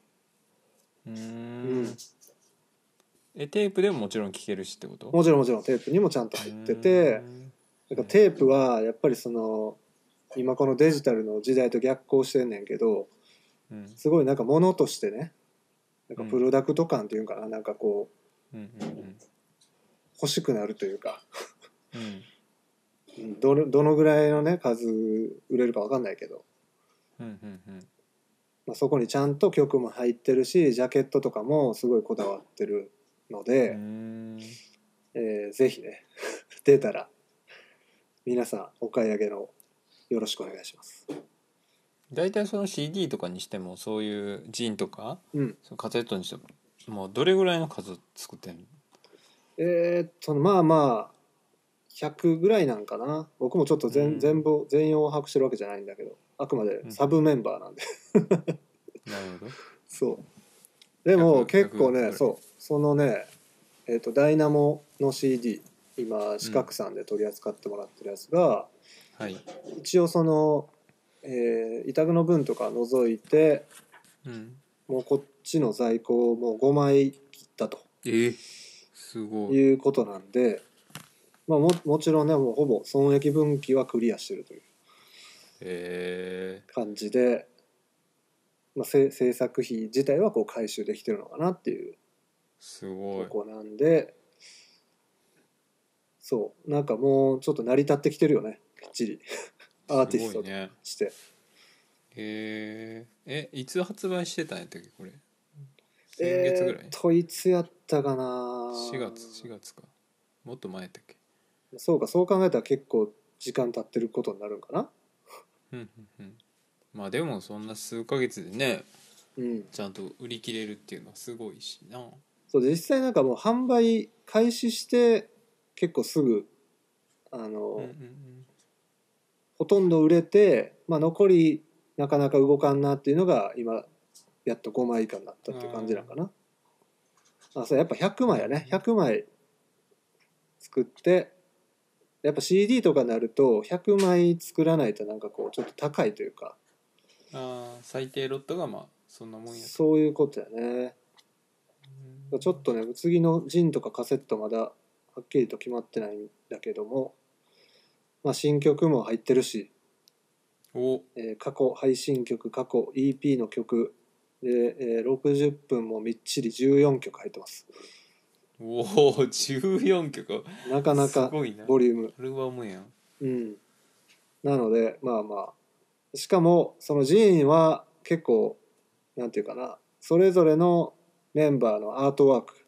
テープでももちろん聴けるしってこと？ もちろんもちろんテープにもちゃんと入ってて、だからテープはやっぱりその今このデジタルの時代と逆行してんねんけど、すごいなんか物としてね、なんかプロダクト感っていうかな、なんかこう欲しくなるというかどのぐらいのね数売れるか分かんないけど、まあ、そこにちゃんと曲も入ってるしジャケットとかもすごいこだわってるので、ぜひね出たら皆さんお買い上げのよろしくお願いします。 大体その CD とかにしてもそういうジンとか、そのカセットにしてももうどれぐらいの数作ってんの？ まあまあ100ぐらいなんかな。僕もちょっと全容を把握してるわけじゃないんだけど、あくまでサブメンバーなんでなるほど。 そうでも結構ね、そのね、ダイナモの CD 今四角さんで取り扱ってもらってるやつが、一応その、委託の分とか除いて、もうこっちの在庫をもう5枚切ったとすごいいうことなんで、まあ、もちろんねもうほぼ損益分岐はクリアしてるという感じで、まあ、制作費自体はこう回収できてるのかなっていうとこなんで、そうなんかもうちょっと成り立ってきてるよねきっちりアーティストとして。 いつ発売してたんやったっけこれ？先月ぐらい？ いつやったかな。 4月か。もっと前やったっけ？ そうか、そう考えたら結構時間経ってることになるんかな。 まあでもそんな数ヶ月でね、ちゃんと売り切れるっていうのはすごいしな。 そう実際なんかもう販売開始して結構すぐほとんど売れて、まあ、残りなかなか動かんなっていうのが今やっと5枚以下になったっていう感じなんかな。そうやっぱ100枚やね。100枚作って、やっぱ CD とかになると100枚作らないとなんかこうちょっと高いというか、 最低ロットがまあそんなもんやと。 そういうことやね。ちょっとね次のジンとかカセットまだはっきりと決まってないんだけども、まあ、新曲も入ってるし、過去配信曲、過去 EP の曲で、60分もみっちり14曲入ってます。 おお、14曲。 なかなかボリューム。 アルバムやん。 なのでまあまあ、しかもそのジーンは結構なんていうかな、それぞれのメンバーのアートワーク、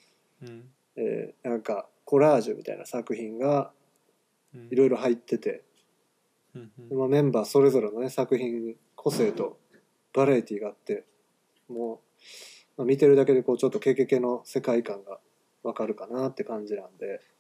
なんかコラージュみたいな作品がいろいろ入ってて、メンバーそれぞれのね作品に個性とバラエティがあって、もう、見てるだけでこうちょっとKKKの世界観がわかるかなって感じなんで、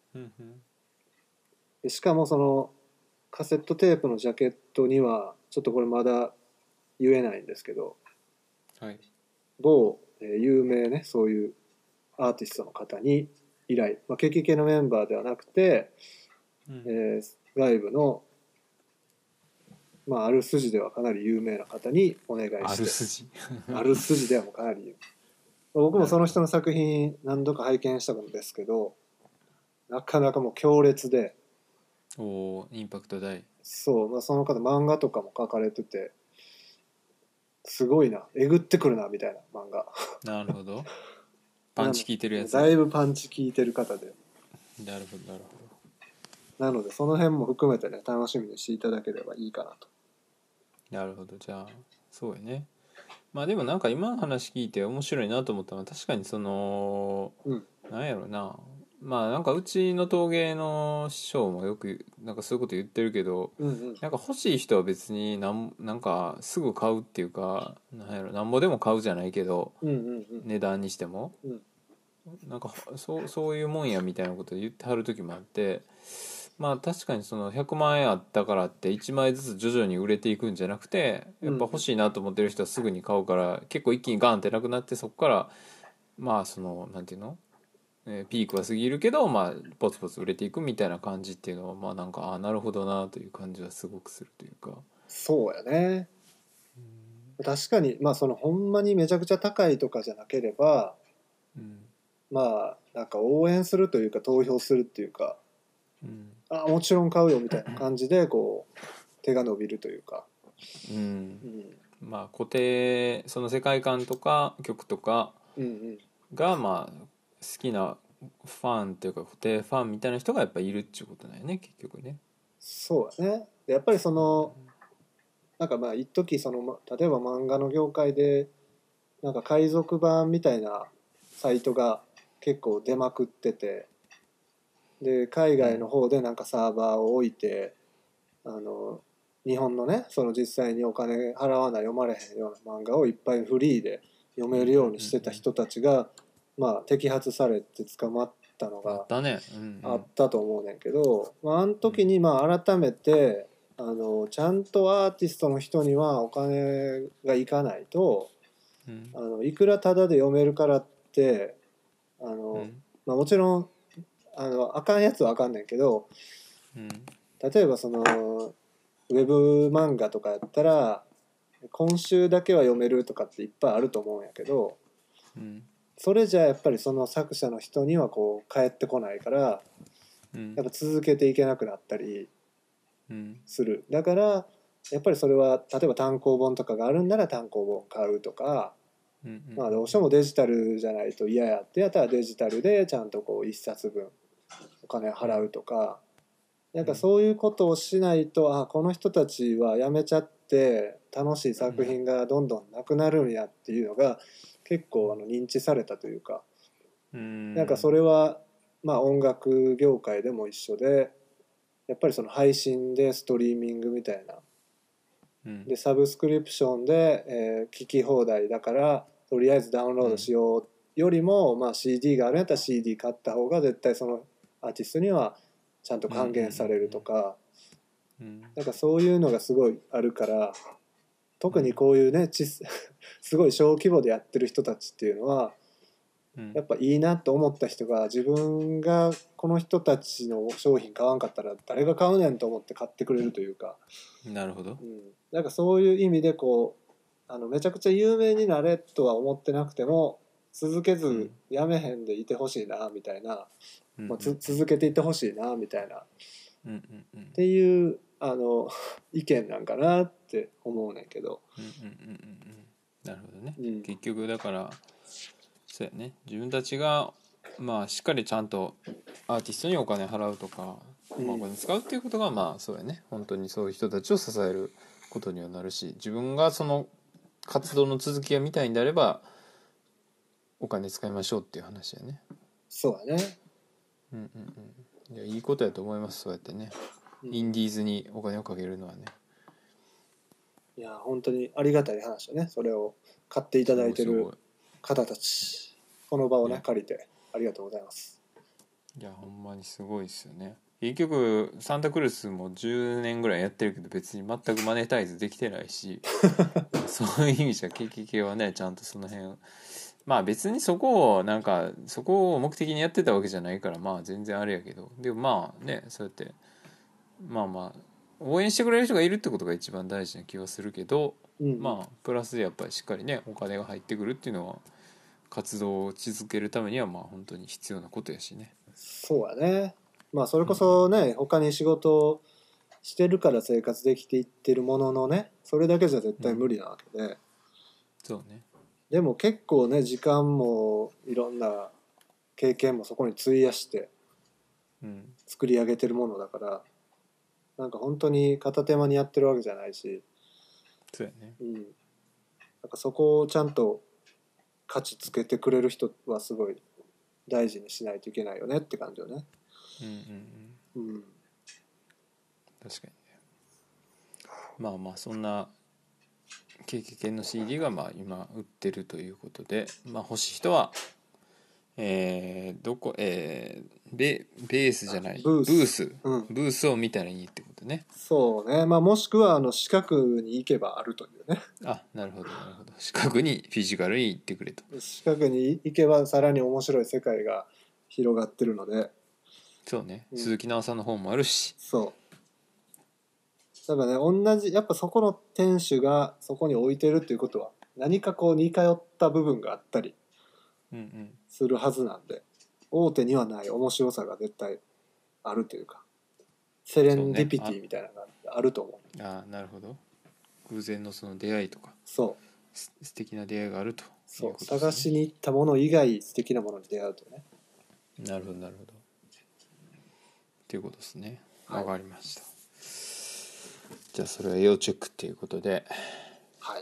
うんうんでしかもそのカセットテープのジャケットにはちょっとこれまだ言えないんですけど、 はい某、有名ねそういうアーティストの方に依頼、まあ、ケケケのメンバーではなくて、 うん外部の、まあ、ある筋ではかなり有名な方にお願いあして、 る筋ある筋ではもうかなり有名、僕もその人の作品何度か拝見したんですけど、なかなかもう強烈で、 おおインパクト大。 そう、まあ、その方漫画とかも描かれてて、すごいな、えぐってくるなみたいな漫画。 なるほど。パンチなの効いてるやつ。 だいぶパンチ効いてる方で、 なるほどなるほなのでその辺も含めてね楽しみにしていただければいいかなと。 どなるほど。じゃあそうやね。まあでもなんか今の話聞いて面白いなと思ったのは確かにそのうん。 なんやろな、まあなんかうちの陶芸の師匠もよくなんかそういうこと言ってるけど、 うんうんなんか欲しい人は別になんかすぐ買うっていうか、なんやろ、なんぼでも買うじゃないけどうんうん値段にしてもうんうんなんかそういうもんやみたいなこと言ってはる時もあって、まあ確かにその100万円あったからって1枚ずつ徐々に売れていくんじゃなくて、やっぱ欲しいなと思ってる人はすぐに買うから結構一気にガンってなくなって、そこからまあそのなんていうの、ピークは過ぎるけどまあポツポツ売れていくみたいな感じっていうのはまあなんかなるほどなという感じはすごくするというか。 そうやね。確かにまあそのほんまにめちゃくちゃ高いとかじゃなければ、 うんまあなんか応援するというか投票するっていうか、 うんあもちろん買うよみたいな感じでこう手が伸びるというか、 うんうん、 まあ固定その世界観とか曲とかうんうんがまあ好きなファンっていうか固定ファンみたいな人がやっぱいるっていうことだよね結局ね。 そうやね。でやっぱりそのなんかまあ一時その例えば漫画の業界でなんか海賊版みたいなサイトが結構出まくってて、で海外の方でなんかサーバーを置いて、あの日本のねその実際にお金払わない読まれへんような漫画をいっぱいフリーで読めるようにしてた人たちが、まあ摘発されて捕まったのがあったね。 あったと思うねんけど、まあ、あの時にまあ改めてちゃんとアーティストの人にはお金がいかないと、 うんいくらタダで読めるからってうんまあ、もちろんあかんやつはあかんねんけど、 うん例えばそのウェブ漫画とかやったら今週だけは読めるとかっていっぱいあると思うんやけど、 うんそれじゃやっぱりその作者の人にはこう返ってこないからうんやっぱ続けていけなくなったりうんする。だからやっぱりそれは例えば単行本とかがあるんなら単行本買うとか、 うんうんまあどうしてもデジタルじゃないと嫌やってやったらデジタルでちゃんとこう一冊分お金払うとか、なんかそういうことをしないと、あこの人たちはやめちゃって楽しい作品がどんどんなくなるんやっていうのが結構認知されたというか、なんかそれはまあ音楽業界でも一緒で、やっぱりその配信でストリーミングみたいなうんでサブスクリプションで、聞き放題だからとりあえずダウンロードしようよりも、まあ、CD があるんやったら CD 買った方が絶対そのアーティストにはちゃんと還元されるとか、なんかそういうのがすごいあるから、特にこういうねすごい小規模でやってる人たちっていうのはやっぱいいなと思った人が自分がこの人たちの商品買わんかったら誰が買うねんと思って買ってくれるというか、 なるほど。 なんかそういう意味でこうめちゃくちゃ有名になれとは思ってなくても続けずやめへんでいてほしいなみたいな、まあ、続けていってほしいなみたいなっていう意見なんかなって思うねんけど、 なるほどね、 うん、 結局だからそうやね、自分たちがまあしっかりちゃんとアーティストにお金払うとか、まあ、お金使うっていうことがまあそうやね、本当にそういう人たちを支えることにはなるし、自分がその活動の続きが見たいんであればお金使いましょうっていう話やね。 そうやね、 いやいいことやと思います。そうやってね、インディーズにお金をかけるのはね。 いや本当にありがたい話だね。それを買っていただいてる方たち、この場をね借りてありがとうございます。 いやほんまにすごいですよね。結局サンタクルスも10年ぐらいやってるけど別に全くマネタイズできてないしそういう意味じゃ KKK はねちゃんとその辺まあ別にそこをなんかそこを目的にやってたわけじゃないからまあ全然あれやけど、でもまあねそうやってまあまあ応援してくれる人がいるってことが一番大事な気はするけど、 うんうん、 まあプラスでやっぱりしっかりねお金が入ってくるっていうのは活動を続けるためにはまあ本当に必要なことやしね。 そうやね。まあそれこそね、他に仕事してるから生活できていってるもののね、それだけじゃ絶対無理なわけで、 そうね。 でも結構ね、時間もいろんな経験もそこに費やしてうん作り上げてるものだから、なんか本当に片手間にやってるわけじゃないし、 そうやね。 うん、なんかそこをちゃんと価値つけてくれる人はすごい大事にしないといけないよねって感じよね。 うんうんうん。 うん。 確かにね。まあまあそんな経験の CD がまあ今売ってるということで、まあ欲しい人はどこベースじゃないブース。 ブースうん。 ブースを見たらいいってことね。 そうね。まあもしくは近くに行けばあるというね。 あ、なるほどなるほど。近くにフィジカルに行ってくれと。 近くに行けばさらに面白い世界が広がってるので。 そうね。 うん。 鈴木奈々さんの本もあるし。 そう。だからね、同じ、やっぱそこの店主がそこに置いてるっていうことは、何かこう似通った部分があったりうんするはずなんで、大手にはない面白さが絶対あるというか、セレそうンディね。あピティみたいなのがあると思う。 あ、なるほど。偶然のその出会いとかそう。 素敵な出会いがあるといそう。 うことですね。 探しに行ったもの以外素敵なものに出会うとね。 なるほどなるほど。ということですね。 はい。 わかりました。じゃあそれは要チェックっていうことで、 はい。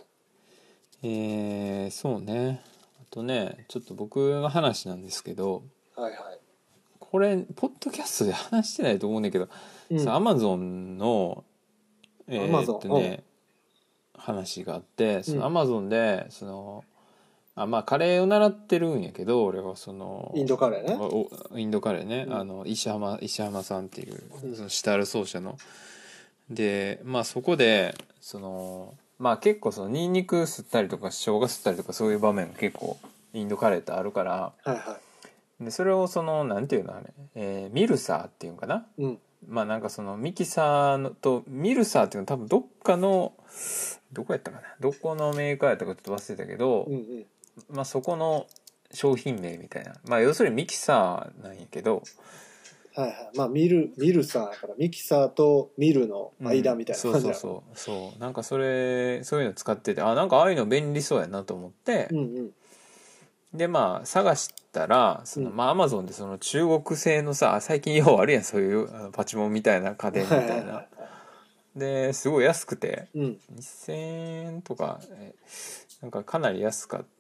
そうね。あとねちょっと僕の話なんですけど、 はいはい。 これポッドキャストで話してないと思うんだけど、さ、 うん。 アマゾンのアマゾね話があって、 ン。うん。 そのアマゾンでそのまあカレーを習ってるんやけど、俺はそのインドカレーね。 インドカレーね、 うん。 石浜さんっていううん。 そのシタール奏者ので、まあそこでそのまあ結構そのニンニク吸ったりとか生姜吸ったりとかそういう場面が結構インドカレーってあるから、 はいはでそれをそのなんていうのあれ、ミルサーっていうんかな、 い。うん。 まあなんかそのミキサーのとミルサーっていうのは多分どっかのどこやったかな、どこのメーカーやったかちょっと忘れたけど、 うんうん。 まあそこの商品名みたいな、まあ要するにミキサーなんやけど、 はいはい。まあミルサーだからミキサーとミルのうん、 間みたいなそうそう感じだから。 そうなんかそういうの使ってて、なんかああいうの便利そうやなと思って、 うんうん。 でまあ探したらそうん。 のまあアマゾンでその中国製のさ、最近ようあるやんそういうパチモンみたいな家電はいはいはいみたいな、 はですごい安くてい。うん。 2000円とか、なんかかなり安かって、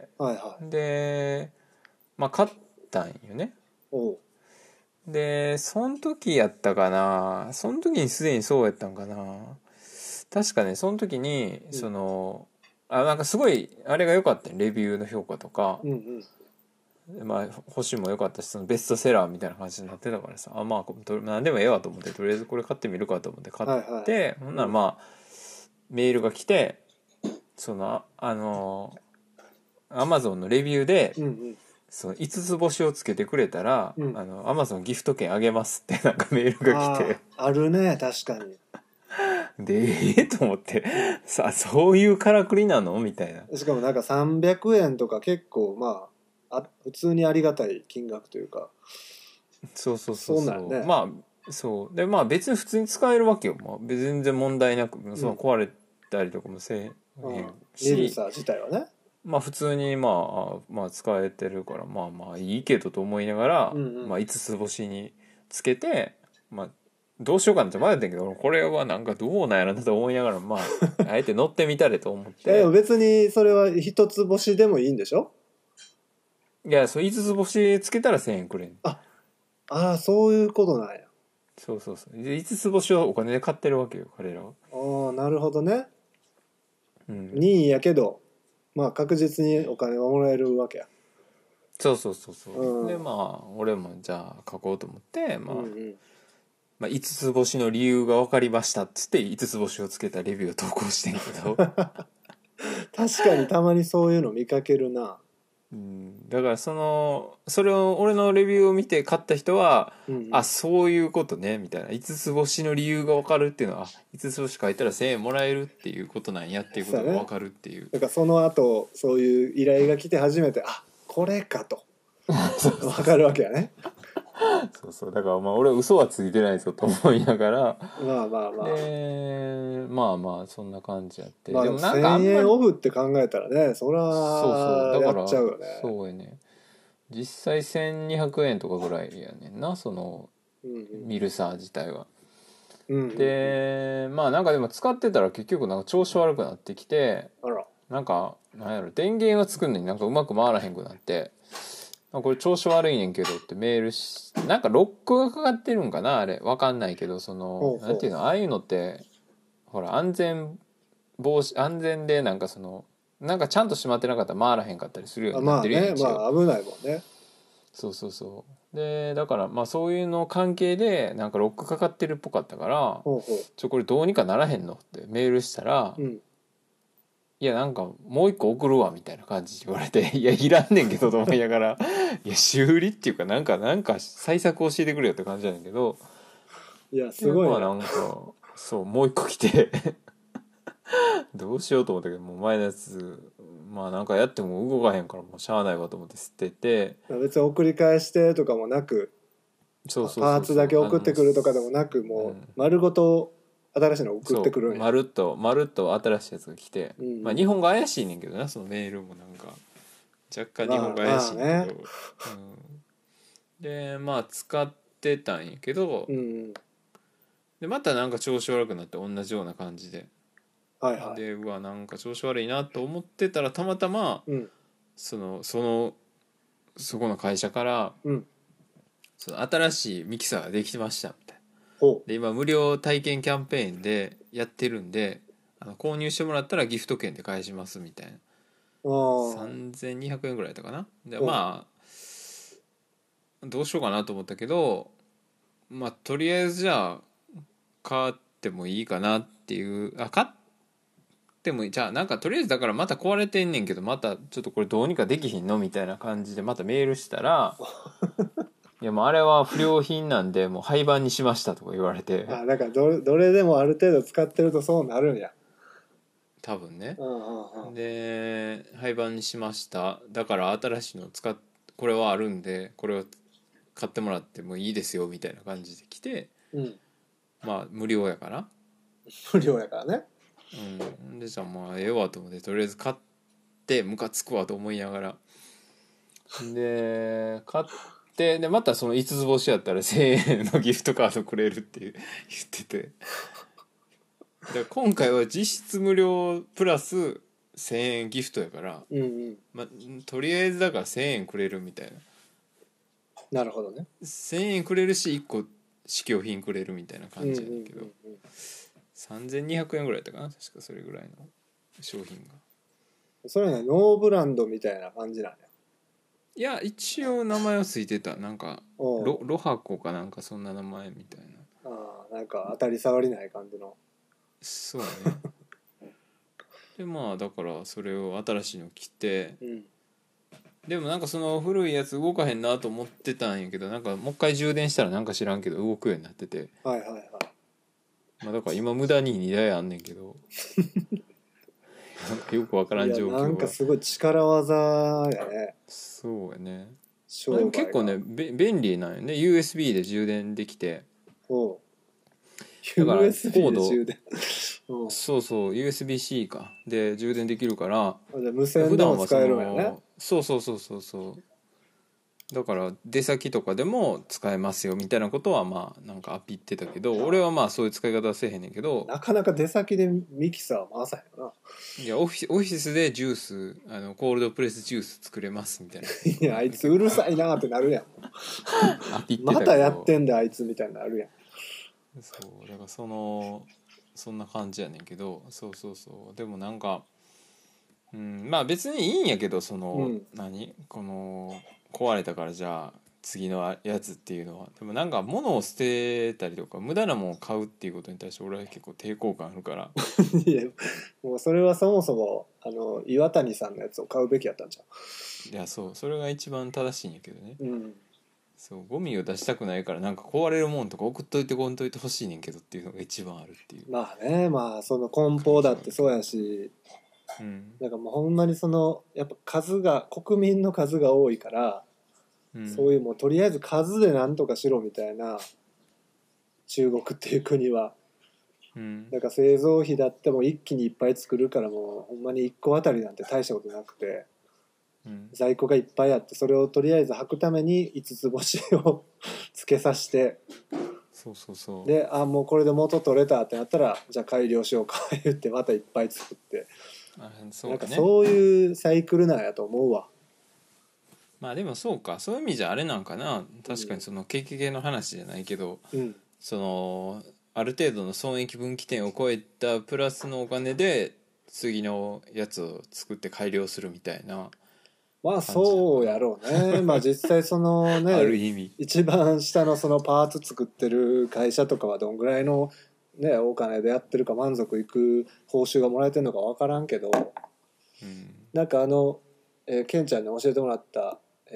はいはい。 でまあ買ったんよね。 おう。 でその時やったかな、その時にすでにそうやったんかな、確かねその時にうん。 そのなんかすごいあれが良かったよ、レビューの評価とか、 うんうん。 まあ星も良かったしそのベストセラーみたいな感じになってたからさ、まあ何でもええわと思ってとりあえずこれ買ってみるかと思って買っはいはて、ほんい。うん。 ならまあメールが来て、そのアマゾンのレビューでうんうん。 その5つ星をつけてくれたらうん。 アマゾンギフト券あげますってなんかメールが来て、 ああ、あるね、確かに。 でと思って、さあそういうからくりなのみたいな。 しかもなんか300円とか結構まあ、普通にありがたい金額というか、 そうそうそうそうなんね。 そう、まあそうでまあ別に普通に使えるわけよ、まあ、全然問題なくうん。 その壊れたりとかもせえへんうん。ミルし、 サー自体はね。 まあ普通にまあ使えてるからまあまあいいけどと思いながら、 うんうん。 まあ5つ星につけて、まあどうしようかなって迷ったんやけど、これはなんかどうなんやろなと思いながら、まああえて乗ってみたれと思っでもて、 別にそれは一つ星でもいいんでしょ？ いやそう5つ星つけたら1000円くれん。 あ、ああ、そういうことなんや。 そうで5つ星をお金で買ってるわけよ彼らは。 ああ、なるほどね。 うん、 任意やけど、まあ確実にお金はもらえるわけや。 そうそうそうそう、 うんでまあ俺もじゃあ書こうと思ってまあ、 うんうん、 まあ、5つ星の理由が分かりましたっつって5つ星をつけたレビューを投稿してんけど確かにたまにそういうの見かけるな。 うん、だからそれを俺のレビューを見て買った人は、 うんうん、 あそういうことねみたいな、5つ星の理由が分かるっていうのは5つ星書いたら1000円もらえるっていうことなんやっていうことが分かるっていう、 だからその後そういう依頼が来て初めてあこれかと分かるわけやね。 そうそう、だからまあ俺は嘘はついてないぞと思いながら、 まあまあまあでまあまあそんな感じやって、 まあでもでもなんかあ 1,000 んまり、 円オフって考えたらねそそうそうらやだからっちゃうよね。 そうやね、実際1200円とかぐらいやねんな、そのうんうんミルサー自体は。 うんうんうん、 でまあなんかでも使ってたら結局なんか調子悪くなってきて、 あらなんかなんやろ電源は作るのになんかうまく回らへんくなって、これ調子悪いねんけどってメールし、なんかロックがかかってるんかなあれわかんないけど、そのほうほうなんていうの、ああいうのってほら安全でなんかそのなんかちゃんと閉まってなかったら回らへんかったりするようになってるやんまあね一応。 まあ危ないもんね。 そうそうそうでだからまあそういうの関係でなんかロックかかってるっぽかったから、 ほうほこれどうにかならへんのってメールしたら、 う、うん、 いやなんかもう一個送るわみたいな感じで言われていやいらんねんけどと思いながらいや修理っていうかなんか対策教えてくれよって感じなんだけど、 いやすでごいな。 まあなんかそうもう一個来てどうしようと思ったけどもう前のやつまあなんかやっても動かへんからもうしゃあないわと思って捨てて、 別に送り返してとかもなくそうそうパーそうそうツだけ送ってくるとかでもなくもううん丸ごと新しいの送そうってくるんや。 まるっと新しいやつが来て、 うんまあ日本語怪しいねんけどな、そのメールもなんか若干日本語怪しいねんけど、 までまあ使ってたんやけど、 うん、 でまたなんか調子悪くなって同じような感じで、 はいはい、 でうわなんか調子悪いなと思ってたらたまたまうんそこの会社からうん、 その新しいミキサーができてましたみたいな。 ほで今無料体験キャンペーンでやってるんで購入してもらったらギフト券で返しますみたいな、 う、ああ、 3200円ぐらいだったかな。でほまあどうしようかなと思ったけど、まあとりあえずじゃあ買ってもいいかなっていう、買ってもいい、じゃあなんかとりあえずだからまた壊れてんねんけどまたちょっとこれどうにかできひんのみたいな感じでまたメールしたらいやもうあれは不良品なんでもう廃盤にしましたとか言われて、 だからどれでもある程度使ってるとそうなるんや。 多分ね。 うんうんうん、 で廃盤にしました、だから新しいのこれはあるんでこれを買ってもらってもいいですよみたいな感じで来て、 うん、 まあ無料やから、 無料やからね。 でじゃあまあええわと思ってとりあえず買ってムカつくわと思いながらで買ってでまたその5つ星やったら1000円のギフトカードくれるって言ってて、だから今回は実質無料プラス1000円ギフトやから、 うんうん、 まあ、とりあえずだから1000円くれるみたいな、 なるほどね。 1000円くれるし1個試供品くれるみたいなうんうん感じやねんけど、3200円ぐらいやったかな確か、それぐらいの商品が。 それはねノーブランドみたいな感じなんや。 いや一応名前はついてた、なんかおロハコかなんかそんな名前みたいな。 なんか当たり障りない感じの。 そうねでまあだからそれを新しいの着て、 うん、 でもなんかその古いやつ動かへんなと思ってたんやけど、なんかもう一回充電したらなんか知らんけど動くようになってて、 はいはいはい。 まあだから今無駄に2台あんねんけどなんかよくわからん状況が。 なんかすごい力技やね。 そうやね。 商売がまあでも結構ね便利なんよね。 USB で充電できて、 おうだからコ USB ードで充電そうそう USB-C かで充電できるからじゃあ無線普でも使え段はそのるんやね。 そうそうそうそうそうだから出先とかでも使えますよみたいなことはまあなんかアピってたけど、俺はまあそういう使い方はせえへんねんけど、 なかなか出先でミキサー回さへんよいやオフィスでジュースコールドプレスジュース作れますみたいなないやあいつうるさいなってなるやん。 アピってたけど、 またやってんだあいつみたいになるやん。 そうだからそんな感じやねんけど、そうそうそうでもなんかまあ別にいいんやけどうんこの壊れたからじゃあ次のやつっていうのは、でもなんか物を捨てたりとか無駄なものを買うっていうことに対して俺は結構抵抗感あるから。 いやもうそれはそもそも岩谷さんのやつを買うべきやったんじいやそう、それが一番正しいんやけどね。 ゃん。うん。 そうゴミを出したくないからなんか壊れるもんとか送っといてこんといてほしいねんけどっていうのが一番あるっていうまあね、まあその梱包だってそうやし、 うん。 なんかもうほんまにやっぱ国民の数が多いから、そううんいうもうとりあえず数でなんとかしろみたいな、中国っていう国は。 うんだから製造費だっても一気にいっぱい作るからもうほんまに1個あたりなんて大したことなくて、 うん在庫がいっぱいあってそれをとりあえず履くために5つ星をつけさせて、 そうそうそう。 でもうこれで元取れたってなったらじゃあ改良しようか言ってまたいっぱい作って、なんかそうやね。 そういうサイクルなんやと思うわ。 まあでもそうか、そういう意味じゃあれなんかな。確かにその景気系の話じゃないけど、 うんそのある程度の損益分岐点を超えたプラスのお金で次のやつを作って改良するみたいなまあ感じなのかな。 そうやろうね。まあ実際そのあね、 る意味。 一番下のそのパーツ作ってる会社とかはどんぐらいのねお金でやってるか満足いく報酬がもらえてるのか分からんけど、 うん。 なんかケンちゃんに教えてもらった、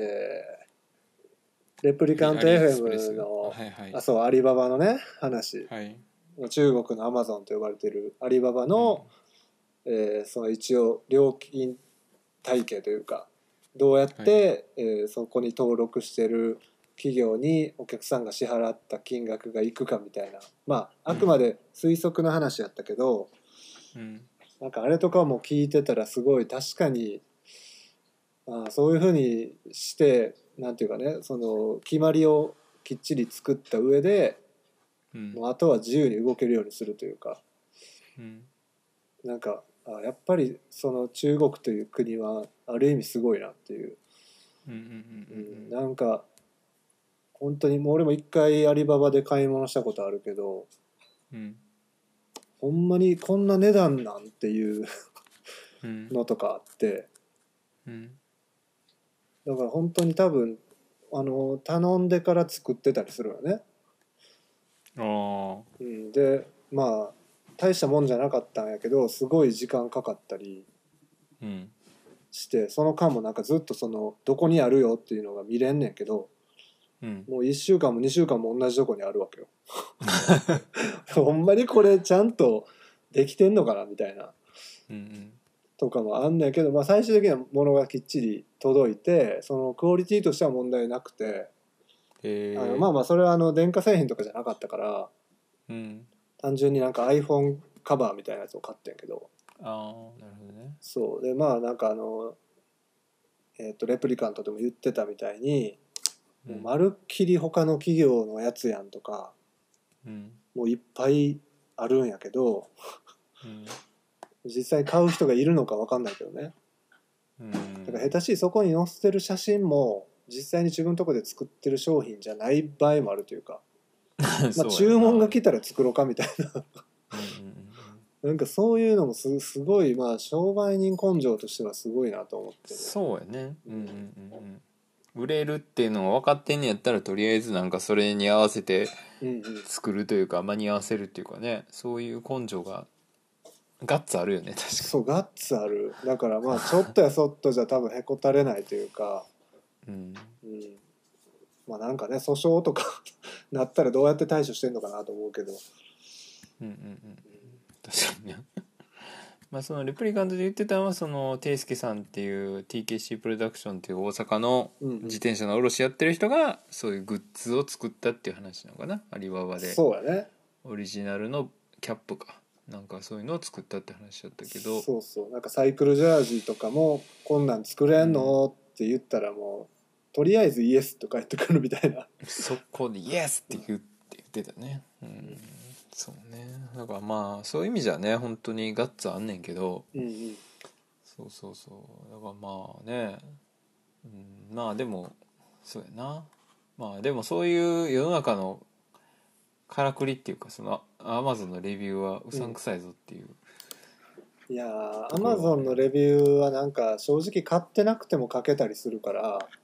レプリカントアリエクスプレ FM ス。 の、 はいはいそうアリババのね話、 はい。 中国のアマゾンと呼ばれてるアリババうんの、その一応料金体系というか、どうやっはい。 て、そこに登録してる企業にお客さんが支払った金額がいくかみたいな、まああくまで推測の話やったけど、 うんなんかあれとかも聞いてたらすごい確かに、そういうふうにしてなんていうかね、その決まりをきっちり作った上でうんもうあとは自由に動けるようにするというか、 うんなんかやっぱりその中国という国はある意味すごいなっていう、 うんうんうんなんか本当にもう俺も一回アリババで買い物したことあるけど、 うんうんほんまにこんな値段なんていううんのとかあって、 うんだから本当に多分頼んでから作ってたりするよね。 ああでまあ大したもんじゃなかったんやけどすごい時間かかったりうんして、その間もなんかずっとそのどこにあるよっていうのが見れんねんけど、 うんもう1週間も2週間も同じとこにあるわけよ。ほんまにこれちゃんとできてんのかなみたいなうんとかもあんねんけど、まあ、最終的にはものがきっちり届いてそのクオリティとしては問題なくて、 へえまあまあそれは電化製品とかじゃなかったからうん単純になんか iPhone カバーみたいなやつを買ってんけど、 ああなるほどねそうでまあなんかレプリカントでも言ってたみたいに、もううんまるっきり他の企業のやつやんとかうんもういっぱいあるんやけど、 うん実際買う人がいるのか分かんないけどね。 うんだから下手しいそこに載せてる写真も実際に自分のとこで作ってる商品じゃない場合もあるというか、まあそうや注文がろな。 来たら作ろうかみたいなうんうんなんかそういうのもすごいまあ商売人根性としてはすごいなと思ってね。 そうやね。うんうんうんうん売れるっていうのが分かってんねやったらとりあえずなんかそれに合わせてうんうん作るというか間に合わせるっていうかね、そういう根性がガッツあるよね確かそうガッツある。だからまあちょっとやそっとじゃ多分へこたれないというか、 に。うんまあなんかね訴訟とかなったらどうやって対処してんのかなと思うけど、 うんうんうん確かにね。まあそのレプリカントで言ってたのはそのテイスケさんっていう TKC プロダクションっていう大阪のうんうん自転車の卸やってる人がそういうグッズを作ったっていう話なのかな、アリババでそうやね。 オリジナルのキャップかなんかそういうのを作ったって話だったけど、 そうそう、なんかサイクルジャージとかもこんなん作れんうんのって言ったらもうとりあえずイエスとか言ってくるみたいな。 そこでイエスって言ってたね。うんそうね。だからまあそういう意味じゃね本当にガッツあんねんけど、 うんうんそうそうそう、だからまあね、まあでもそうやな、まあでもそういう世の中のからくりっていうかそのアマゾンのレビューはううん。 さんくさいぞっていういやーアとこマゾンのろはあるよね。 レビューはなんか正直買ってなくても書けたりするから、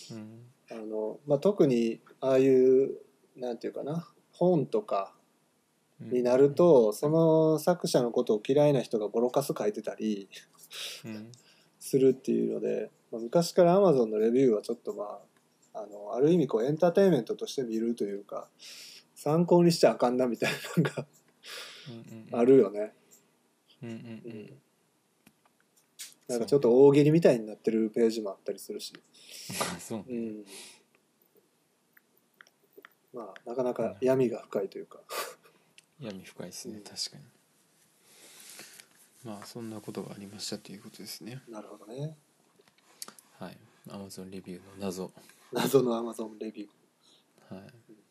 特にああいうなんていうかな本とかになると、その作者のことを嫌いな人がボロカス書いてたりするっていうので、昔から Amazon のレビューはちょっとある意味こうエンターテインメントとして見るというか参考にしちゃあかんなみたいなのがあるよね。なんかちょっと大喜利みたいになってるページもあったりするしそうね、 なかなか闇が深いというか闇深いですね、確かに。そんなことがありましたということですね。 なるほどね。 はい、Amazon レビューの謎の Amazon レビュー。はい、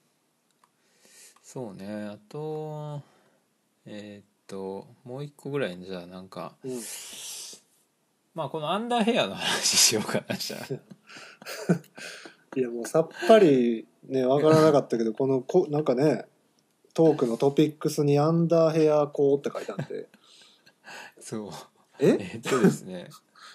そうね。あともう一個ぐらいじゃあなんか、このアンダーヘアの話しようかなじゃあいやもうさっぱりねわからなかったけどなんかねトークのトピックスにアンダーヘアコーって書いてあってそうですね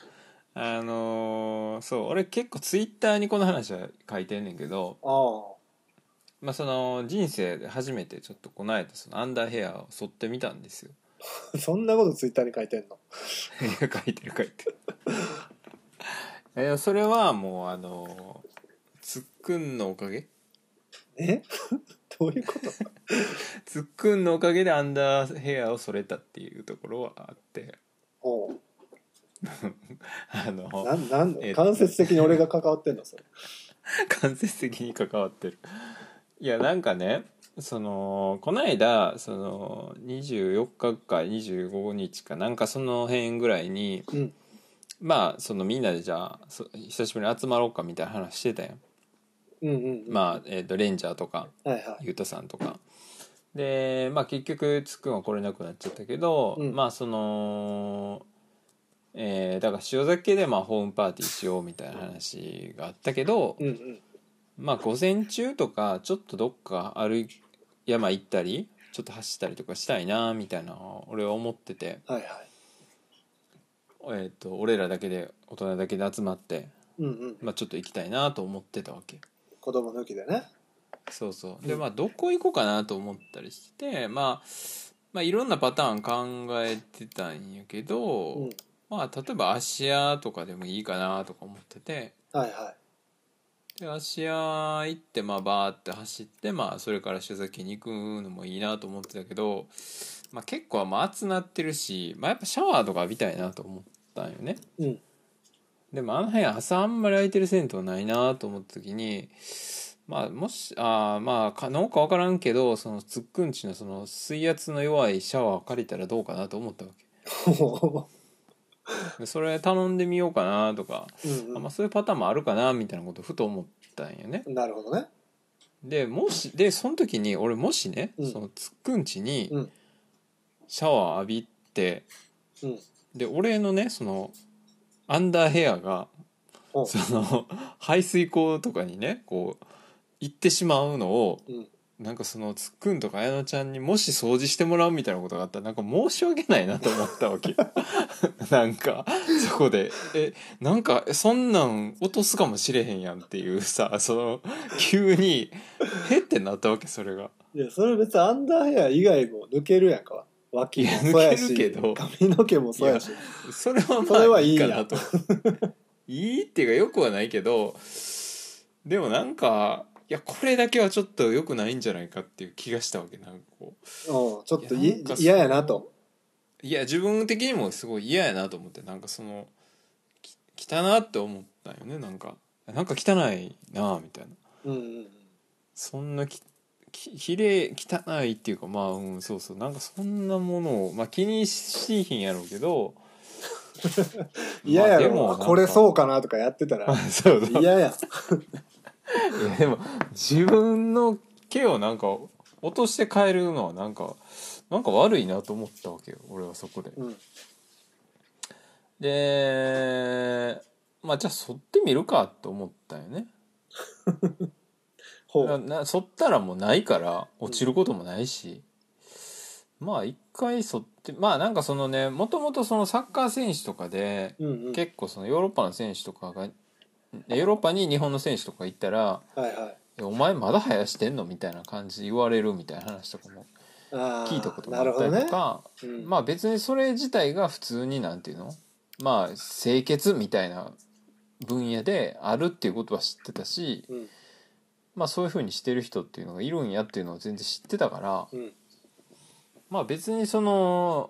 そう俺結構ツイッターにこの話は書いてんねんけど、その人生で初めてちょっとこの間そのアンダーヘアを剃ってみたんですよそんなことツイッターに書いてんの？ いや書いてるそれはもうつっくんのおかげどういうこと？ つっくんのおかげでアンダーヘアを剃れたっていうところはあって間接的に俺が関わってんのそれ間接的に関わってる。いやなんかねこの間24日か25日かなんかその辺ぐらいに、みんなでじゃあ久しぶりに集まろうかみたいな話してたやん。レンジャーとか、ゆうたさんとかで結局つっくんは来れなくなっちゃったけど、だから塩崎でホームパーティーしようみたいな話があったけど、午前中とかちょっとどっか山行ったりちょっと走ったりとかしたいなみたいな俺は思ってて、俺らだけで大人だけで集まって、ちょっと行きたいなと思ってたわけ。 子供抜きでね。 そうそうでどこ行こうかなと思ったりして、いろんなパターン考えてたんやけど、例えば芦屋とかでもいいかなとか思ってて、で芦屋行ってバーって走って、それから塩崎に行くのもいいなと思ってたけど、結構暑なってるし、やっぱシャワーとか浴びたいなと思ったんよね。でもあの辺朝あんまり空いてる銭湯ないなと思った時に、もしなんか分からんけどそのつっくんちのその水圧の弱いシャワー借りたらどうかなと思ったわけ。でそれ頼んでみようかなとか、そういうパターンもあるかなみたいなことをふと思ったんよね。 なるほどね。 でその時に俺もしね、そのつっくんちにシャワー浴びて、で俺のねそのアンダーヘアがその排水溝とかにねこう行ってしまうのを、なんかそのつっくんとか綾乃ちゃんにもし掃除してもらうみたいなことがあったらなんか申し訳ないなと思ったわけなんかそこでなんかそんなん落とすかもしれへんやんっていうさ、急にってなったわけ。それがいやそれ別にアンダーヘア以外も抜けるやんか。脇もそうやし、 抜けるけど髪の毛もそうやし、 それはいいかなといいっていうかよくはないけど、でもなんかいやこれだけはちょっと良くないんじゃないかっていう気がしたわけ。なんかこうちょっと嫌やなと。 いや自分的にもすごい嫌やなと思って、なんか汚って思ったよね。なんか汚いなみたいな、そんなきれい汚いっていうかそうそうなんかそんなものを気にしひんやろうけど嫌やろ、これそうかなとかやってたら嫌やいやでも自分の毛をなんか落として帰るのはなんか悪いなと思ったわけよ俺はそこで、でじゃあ剃ってみるかと思ったよね剃ったらもうないから落ちることもないし、一回剃ってなんかもともとそのサッカー選手とかで、結構そのヨーロッパの選手とかがヨーロッパに日本の選手とか行ったらはいはい 「お前まだ生やしてんの?」みたいな感じで言われるみたいな話とかも聞いたこともあったりとか、 ねうん、 まあ別にそれ自体が普通になんていうのまあ清潔みたいな分野であるっていうことは知ってたし、 うん、 まあそういうふうにしてる人っていうのがいるんやっていうのを全然知ってたから、 うん、 まあ別にその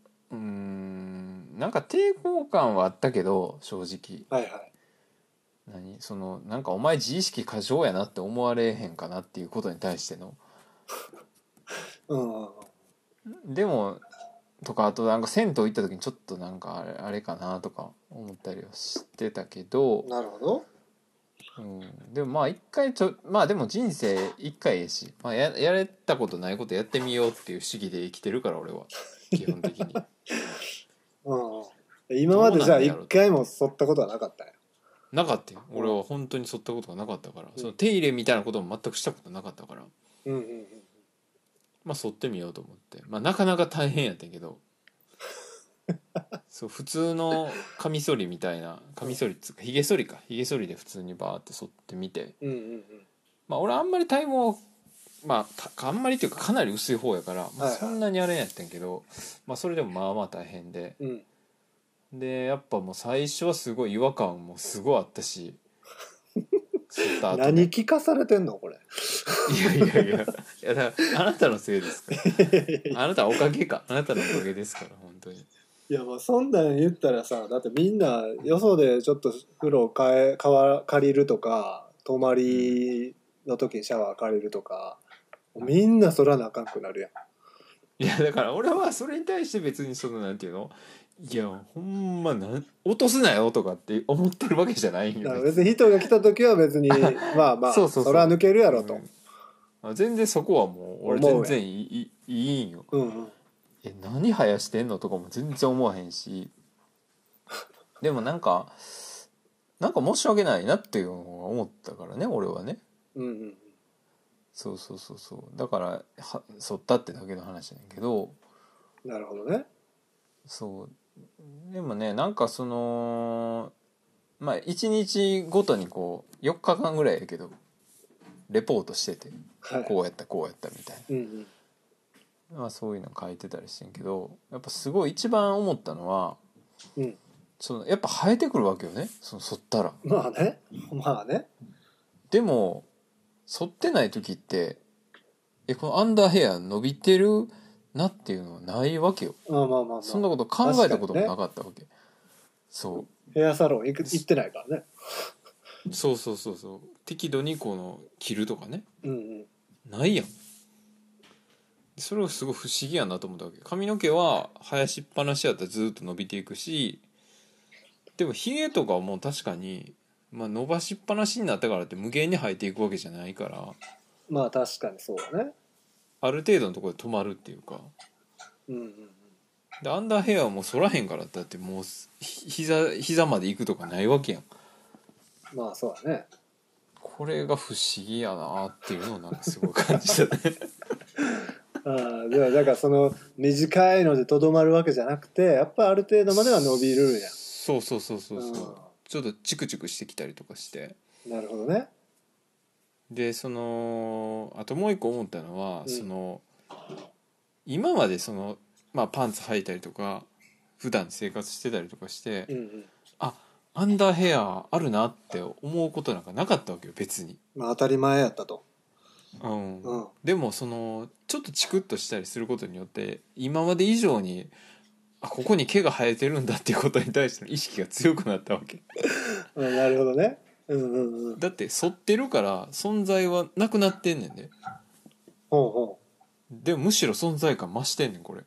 なんか抵抗感はあったけど正直、 はいはいそのなんかお前自意識過剰やなって思われへんかなっていうことに対してのうんでもとかあとなんか銭湯行った時にちょっとなんかあれかなとか思ったりはしてたけど、 なるほどでもまあ一回まあでも人生一回やし、まあ、やれたことないことやってみようっていう主義で生きてるから俺は基本的にうん今までじゃあ一回も剃ったことはなかったんやなかったよ俺は本当に剃ったことがなかったから、その手入れみたいなことも全くしたことなかったから、 うんうんうんまあ剃ってみようと思って、まあなかなか大変やったけどそう普通のカミソリみたいなカミソリっつうかヒゲ剃りで普通にバーって剃ってみて、 うんうんうんまあ俺あんまり体毛まああんまりっていうかかなり薄い方やから、まあ、そんなにあれやったんやけど、まあそれでもまあまあ大変で、 うんでやっぱもう最初はすごい違和感もすごいあったし剃った後何聞かされてんのこれいやだからあなたのせいですからあなたおかげかあなたのおかげですから本当に。 いやまあそんなん言ったらさだってみんなよそでちょっと風呂借りるとか泊まりの時にシャワー借りるとか、みんなそらなあかんくなるやん。 いやだから俺はそれに対して別にそのなんていうのいやほんま落とすなよとかって思ってるわけじゃないんよ。 だから別に人が来た時は別にまあまあそら抜けるやろと、 全然そこはもう俺全然いいんよ、 うんうん、 何生やしてんのとかも全然思わへんしでもなんか申し訳ないなっていうのを思ったからね俺はね、 うんうん、 そうだから剃ったってだけの話なんやけど。 なるほどね。 そうでもねなんかそのまあ1日ごとにこう4日間ぐらいやけどレポートしてて、はい、こうやったみたいな、うんうん、まあそういうの書いてたりしてんけどやっぱすごい一番思ったのは、うん、そのやっぱ生えてくるわけよねその剃ったら。 まあねでも剃ってない時ってこのアンダーヘア伸びてるなっていうのはないわけよ。まあそんなこと考えたこともなかったわけ、ね、 そうヘアサロン行ってないからねそう適度にこの切るとかね、うんうん、ないやん。それがすごい不思議やなと思ったわけ。髪の毛は生やしっぱなしやったらずっと伸びていくし、でもヒゲとかはもう確かに、まあ、伸ばしっぱなしになったからって無限に生えていくわけじゃないから、 まあ確かにそうだね。 ある程度のところで止まるっていうか、うんうんうん、でアンダーヘアはもう剃らへんからだってもう膝まで行くとかないわけやん。 まあそうだね。 これが不思議やなっていうのをなんかすごい感じたねあではだからその短いのでとどまるわけじゃなくてやっぱある程度までは伸びるんや。 そう、ちょっとチクチクしてきたりとかして。 なるほどね。 でそのあともう一個思ったのは、その今までその、まあ、パンツ履いたりとか普段生活してたりとかして、アンダーヘアあるなって思うことなんかなかったわけよ別に。 まあ当たり前やったと。 でもそのちょっとチクッとしたりすることによって今まで以上にここに毛が生えてるんだっていうことに対しての意識が強くなったわけなるほどね、 だって剃ってるから存在はなくなってんねんで。でもむしろ存在感増してんねんこれ。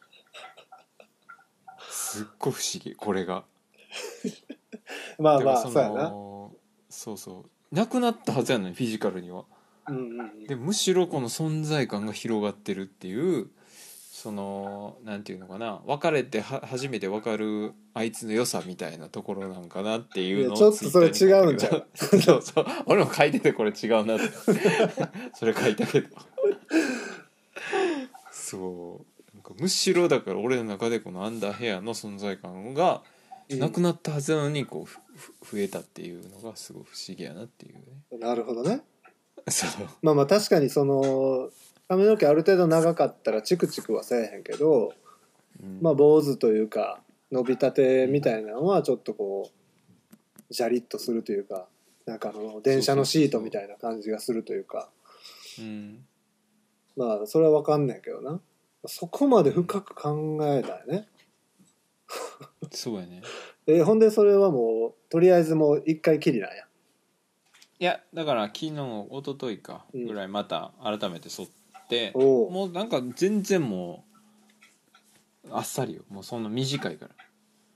すっごい不思議これがまあそうやな。 そうなくなったはずやのにフィジカルには、でむしろこの存在感が広がってるっていう、そのなんていうのかな、別れて初めて分かるあいつの良さみたいなところなんかなっていうのをちょっとそれ違うんじゃんそう俺も書いててこれ違うなってそれ書いたけどそうなんかむしろだから俺の中でこのアンダーヘアの存在感がなくなったはずなのにこう増えたっていうのがすごい不思議やなっていうね。 なるほどね。 そう。 まあまあ確かにその髪の毛ある程度長かったらチクチクはせえへんけど、まあ坊主というか伸びたてみたいなのはちょっとこうジャリッとするというか、なんか電車のシートみたいな感じがするというか、まあそれは分かんないけどな、そこまで深く考えたよね。 そうやね。 ほんでそれはもうとりあえずもう一回きりなんや。 いやだから昨日一昨日かぐらいまた改めて剃って、もうなんか全然もうあっさりよ、もうそんな短いから。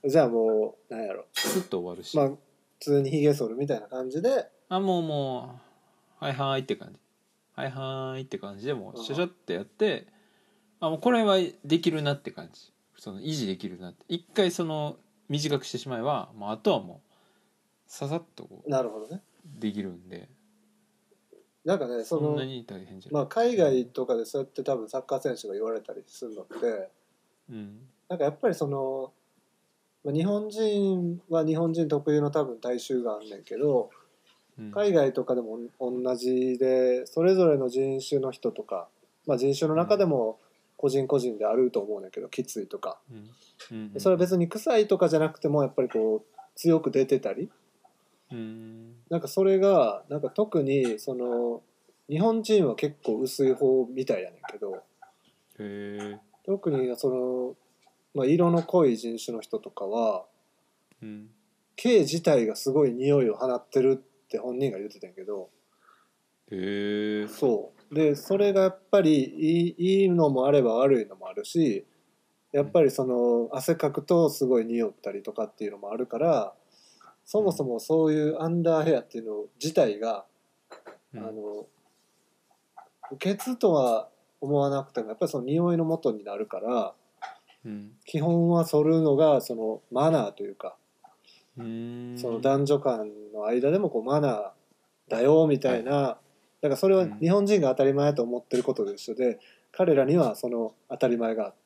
じゃあもうなんやろ、 スッと終わるし、 まあ普通にひげ剃るみたいな感じで、 もうはいはいって感じ、はいはいって感じでもうシャシャってやって、もうこれはできるなって感じ、その維持できるなって、一回その短くしてしまえばもうあとはもうささっとこうなるほどね、 できるんで、 なんかねそんなに大変じゃない。 まあ海外とかでそうやって多分サッカー選手が言われたりするのって、なんかやっぱりその、まあ、日本人は日本人特有の多分体臭があんねんけど、海外とかでも同じで、それぞれの人種の人とか、まあ、人種の中でも個人個人であると思うんだけど、きついとか、それは別に臭いとかじゃなくてもやっぱりこう強く出てたり、なんかそれがなんか特にその日本人は結構薄い方みたいやねんけど、特にその、まあ、色の濃い人種の人とかは、毛自体がすごい匂いを放ってるって本人が言ってたんやけど、そうでそれがやっぱりいいのもあれば悪いのもあるし、やっぱりその汗かくとすごい匂ったりとかっていうのもあるから、そもそもそういうアンダーヘアっていうの自体が、不潔とは思わなくてもやっぱりその匂いの元になるから、基本は剃るのがそのマナーというか、その男女間の間でもこうマナーだよみたいな、だからそれは日本人が当たり前と思ってることと一緒で、彼らにはその当たり前があって、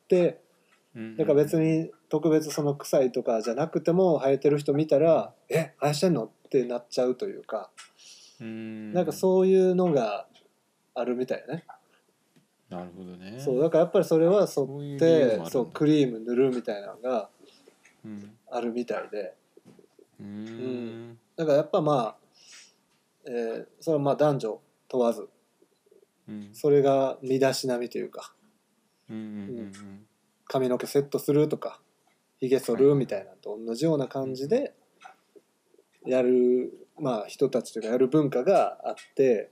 だから別に特別その臭いとかじゃなくても生えてる人見たら「え、生やしてんの？」ってなっちゃうというか、なんかそういうのがあるみたいね。 なるほどね。 そうだからやっぱりそれは剃ってそうクリーム塗るみたいなのがあるみたいで、だからやっぱまあ、それはまあ男女問わず、それが身だしなみというか、髪の毛セットするとかひげ剃るみたいなのと同じような感じでやる、まあ人たちというかやる文化があって、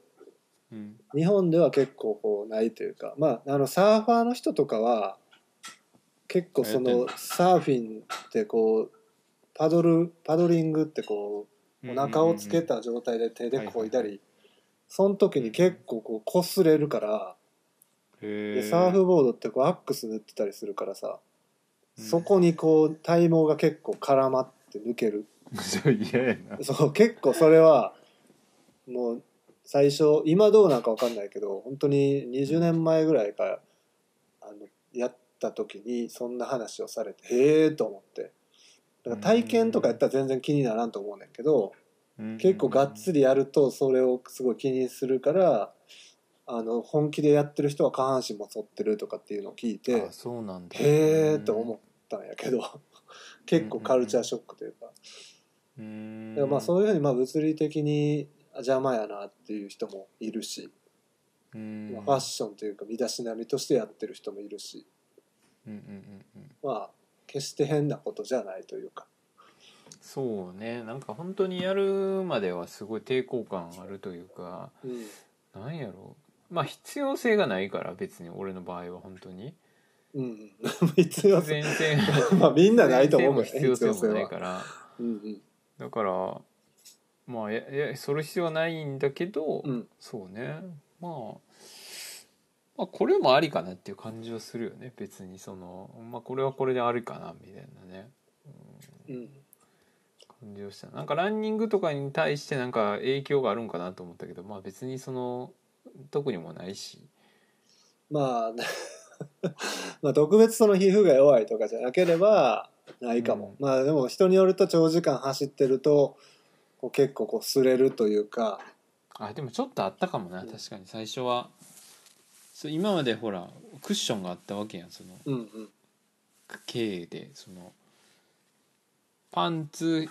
日本では結構こうないというか、まあサーファーの人とかは結構そのサーフィンってこうパドリングってこうお腹をつけた状態で手で漕いだり、その時に結構こう擦れるから、でサーフボードってこうアックス塗ってたりするからさ、そこにこう体毛が結構絡まって抜ける。 嫌やな。 そう結構それはもう最初、今どうなんか分かんないけど本当に20年前ぐらいからやった時にそんな話をされて、へえと思って、だから体験とかやったら全然気にならんと思うねんけど、結構がっつりやるとそれをすごい気にするから、本気でやってる人は下半身も反ってるとかっていうのを聞いて、へえと思ったんやけど結構カルチャーショックというか、だからまあそういうふうにまあ物理的に邪魔やなっていう人もいるし、まあ、ファッションというか身だしなみとしてやってる人もいるし、まあ決して変なことじゃないというか。 そうね、なんか本当にやるまではすごい抵抗感あるというか、なんやろう、まあ必要性がないから別に俺の場合は本当に、 必要性まあみんなないと思うけど必要性もないから、だからまあそれ必要はないんだけど、そうね、まあこれもありかなっていう感じはするよね。別にそのまあこれはこれでありかなみたいなね、感じをした。なんかランニングとかに対してなんか影響があるんかなと思ったけど、まあ別にその特にもないし、 まあまあ特別その皮膚が弱いとかじゃなければないかも、 うんまあでも人によると長時間走ってるとこう結構こう擦れるというか、 あでもちょっとあったかもな、確かに最初は。そう今までほらクッションがあったわけやん、そのうんうん、 K でそのパンツ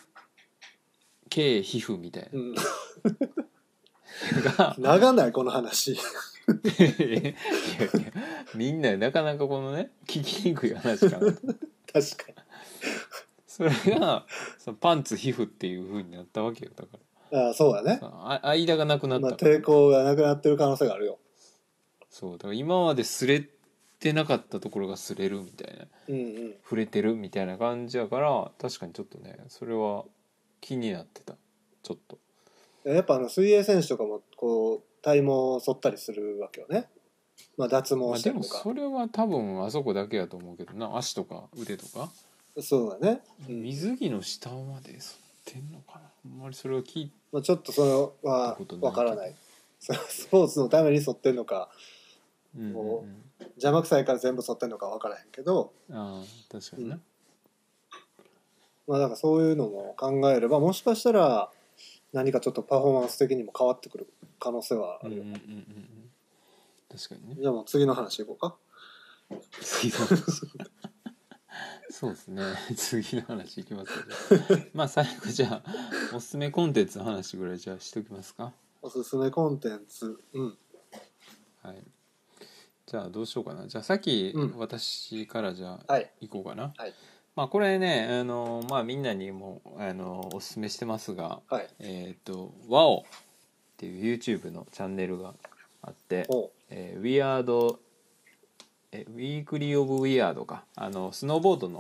K 皮膚みたいうん、 なが長ないこの話。 いやいやみんななかなかこのね聞きにくい話かなと。 確かそれがそのパンツ皮膚っていう風になったわけよ。だかに。ああそうだね。 らその間がなくなっまあたから。 抵抗がなくなってる可能性があるよ。 そうだから今まで擦れてなかったところが擦れるみたいな、 うんうん。 触れてるみたいな感じやから、確かにちょっとねそれは気になってたちょっと。 やっぱ水泳選手とかもこう体毛を剃ったりするわけよね。まあ脱毛まあでもしたりとか。 それは多分あそこだけやと思うけどな、足とか腕とか。 そうだね。うん、 水着の下まで剃ってんのかな、あんまりそれは聞いまあ、ちょっとそれはたことないけど。 わからない。スポーツのために剃ってんのか、 うんうんうもう邪魔くさいから全部剃ってんのかわからへんけど、 ん。ああ確かにな。 うん、まあなんかそういうのも考えればもしかしたら何かちょっとパフォーマンス的にも変わってくる可能性はあるよ。 うんうんうんうんうん。確かにね。 じゃあもう次の話いこうか。 次の話そうですね次の話いきますか。じゃあまあ最後じゃあおすすめコンテンツの話ぐらいじゃあしときますか。 おすすめコンテンツ。うん。 はい。じゃあどうしようかな。じゃあさっきうん。 私からじゃあはい。 行こうかな。 はい。 まあこれねまあみんなにもおすすめしてますが、 はい。 ワオっていう YouTube のチャンネルがあって、 おう。 ウィアードウィークリー・オブ・ウィアードか、スノーボードの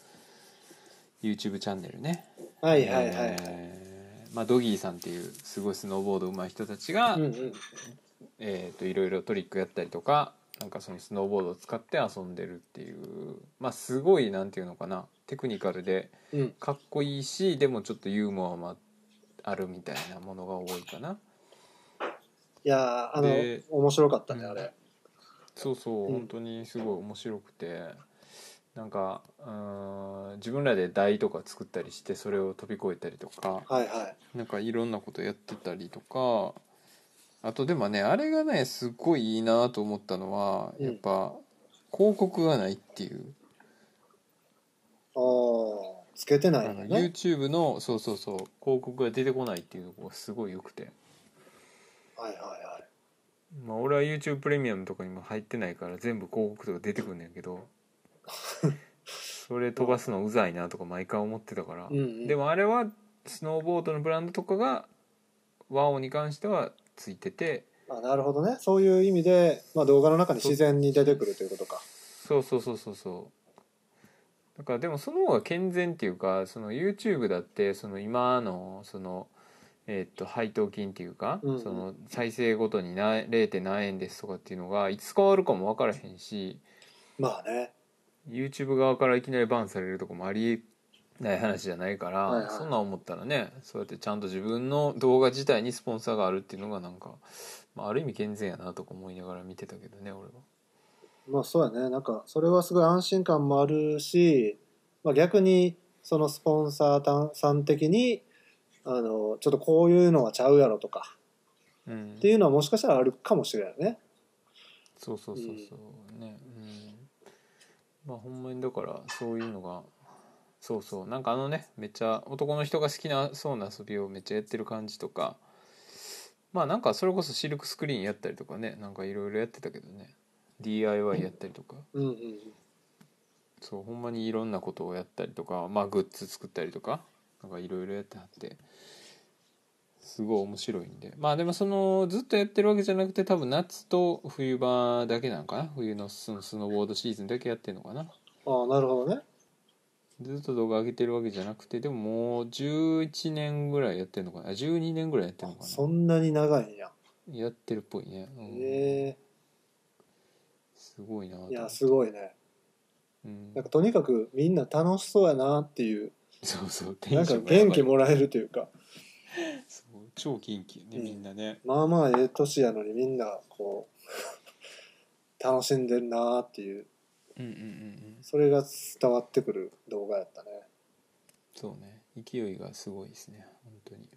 YouTube チャンネルね。 はいはいはいはい。 まあ、ドギーさんっていうすごいスノーボード上手い人たちが、 うんうん。 いろいろトリックやったりとか、なんかそのスノーボードを使って遊んでるっていう、まあすごいなんていうのかな、テクニカルでうん。 かっこいいし、でもちょっとユーモアもあるみたいなものが多いかな。 いやーで、 面白かったね、あうん、 れ。 そうそう、 うん。 本当にすごい面白くて、なんか自分らで台とか作ったりしてそれを飛び越えたりとか、 はいはい。 なんかいろんなことやってたりとか、あとでもねあれがねすっごいいいなと思ったのはうん。 やっぱ広告がないっていう。 ああ、つけてないんやね。 YouTube のそうそうそう広告が出てこないっていうのがすごい良くて、 はいはいはい。 まあ俺は YouTube プレミアムとかにも入ってないから全部広告とか出てくんねんけど、それ飛ばすのうざいなとか毎回思ってたから、 うんうん。 でもあれはスノーボードのブランドとかがワオに関してはついてて、 あ、なるほどね。そういう意味で、まあ動画の中にそっ自然に出てち、 くるということか。 そうそうそうそうそう、だからでもその方が健全っていうか、その YouTube だってその今のその配当金っていうか、 うんうん。 その再生ごとに0. 何円ですとかっていうのがいつ変わるかも分からへんし、 まあね。 YouTube 側からいきなりバンされるとかもありない話じゃないから、そんはいはなん思ったらね、そうやってちゃんと自分の動画自体にスポンサーがあるっていうのがなんか、まあ、ある意味健全やなとか思いながら見てたけどね俺は。 い。まあそうやね。なんか、それはすごい安心感もあるし、まあ逆に、そのスポンサーさん的に、ちょっとこういうのはちゃうやろとか、 うん、 っていうのはもしかしたらあるかもしれないね。 そうそううん。 そうそうね、うん、まあほんまにだからそういうのが、そうそうなんかねめっちゃ男の人が好きなそうな遊びをめっちゃやってる感じとか、まあなんかそれこそシルクスクリーンやったりとかね、なんかいろいろやってたけどね、 DIY やったりとか、 うんうんうん。 そうほんまにいろんなことをやったりとか、まあグッズ作ったりとか、なんかいろいろやってはってすごい面白いんで、まあでもそのずっとやってるわけじゃなくて多分夏と冬場だけなのかな、冬のそのスノーボードシーズンだけやってるのかな。 ああ、なるほどね。 ずっと動画上げてるわけじゃなくて、でももう11年ぐらいやってるのかな、12年ぐらいやってるあ、 のかな、 そんなに長いんや。 やってるっぽいね、うん、 えすごいなと思え、いや、 って、 すごいね。 うん、 なんかとにかくみんな楽しそうやなっていう、 そうそうテなんかンションがやばい、 元気もらえるというか、 そう超元気ねうん。 みんなね。 まあまあええ年やのにみんなこう、楽しんでるなっていう。 うんうんうんうん。 それが伝わってくる動画やったね。 そうね、勢いがすごいですね本当に。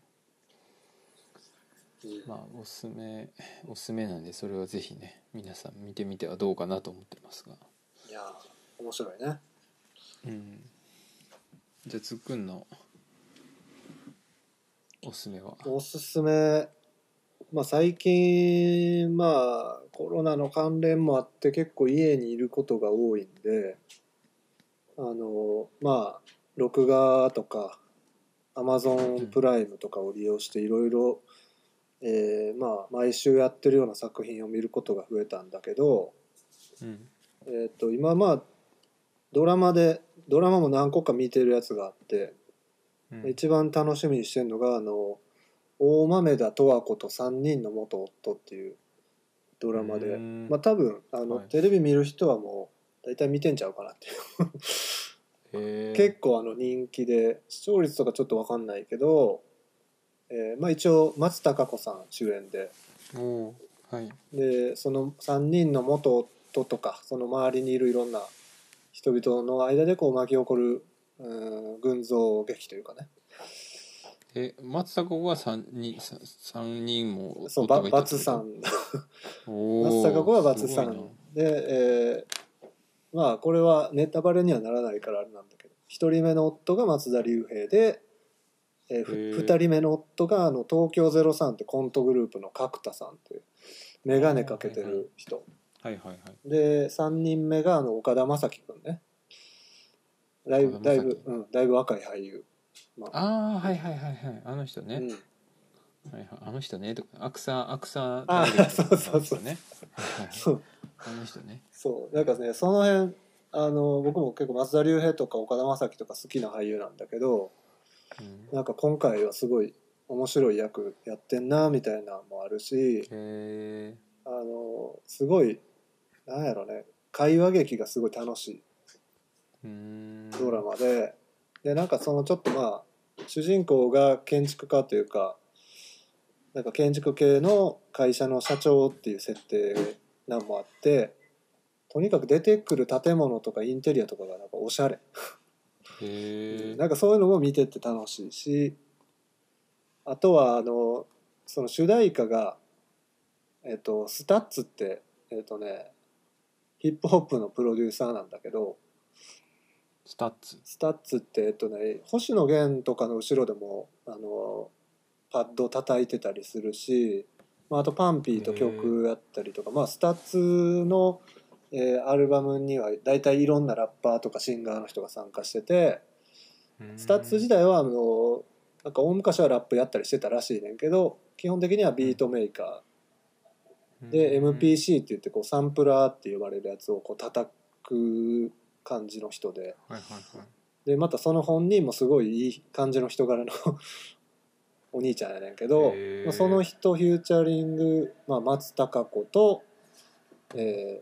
まあおすすめなんで、それはぜひね皆さん見てみてはどうかなと思ってますが。 いやー面白いね。 うん。じゃあつっくんのおすすめは？ おすすめ、まあ最近まあコロナの関連もあって結構家にいることが多いんで、まあ録画とかう Amazon んプライムとかを利用していろいろまあ毎週やってるような作品を見ることが増えたんだけど、 うん今まあドラマも何個か見てるやつがあって、 うん一番楽しみにしてるのが大豆田十和子と三人の元夫っていうドうーラマで、 ん。 まあ多分はい。 テレビ見る人はもう大体見てんちゃうかなっていう。 へ結構人気で視聴率とかちょっと分かんないけど、まあ一応松たか子さん主演で、 え。おー、はい。 でその3人の元夫とかその周りにいるいろんな人々の間でこう巻き起こる、群像劇というかね。 松たか子が三人もそう夫がいたバってこと？ ツさん。松たかおお、 子はバすごいな。 ツさんで、まあこれはネタバレにはならないからあれなんだけど、1人目の夫が松田龍平で、2 へえ。 人目の夫が東京03ってコントグループの角田さんっていうああ、 眼鏡かけてはいはい。 る人はいはいはい。 で、3人目が岡田将生君ね。だいぶだいぶ、 岡田将生。 だいぶ若い俳優。まあ、 ああ、はいはいはいはい。あの人ね。 うん。 はいはい。あの人ね。とか、アクサああ、 ダイレクトそうとかのあそうそう。 の人ね。はいはいはい。 そう。 あの人ね。 そう。なんかね、その辺、僕も結構松田龍平とか岡田将生とか好きな俳優なんだけど、 うん。 なんか今回はすごい面白い役やってんな、みたいなのもあるし、 へえ。 すごい、なんやろね、会話劇がすごい楽しいうードラん。 マで、で、なんかそのちょっとまあ、主人公が建築家というか、なんか建築系の会社の社長っていう設定なんもあって、とにかく出てくる建物とかインテリアとかがなんかおしゃれ。 へえ。 なんかそういうのも見てて楽しいし、あとはその主題歌が、スタッツって、ヒップホップのプロデューサーなんだけど、 スタッツ。 スタッツって、星野源とかの後ろでも、パッド叩いてたりするし、まあ、あとパンピーとへ曲やったりとか、まあ、スタッツの、アルバムには大体いろんなラッパーとかシンガーの人が参加してて、 え。うースタッツん。 自体はなんか大昔はラップやったりしてたらしいねんけど、基本的にはうん。 ビートメーカうーーでん。 MPC って言ってこうサンプラーって呼ばれるやつをこう叩く感じの人で、 はいはいはい。 でまたその本人もすごいいい感じの人柄のお兄ちゃんやねんけど、まあ、そのへえ。 人フューチャリング、まあ、松たか子と、え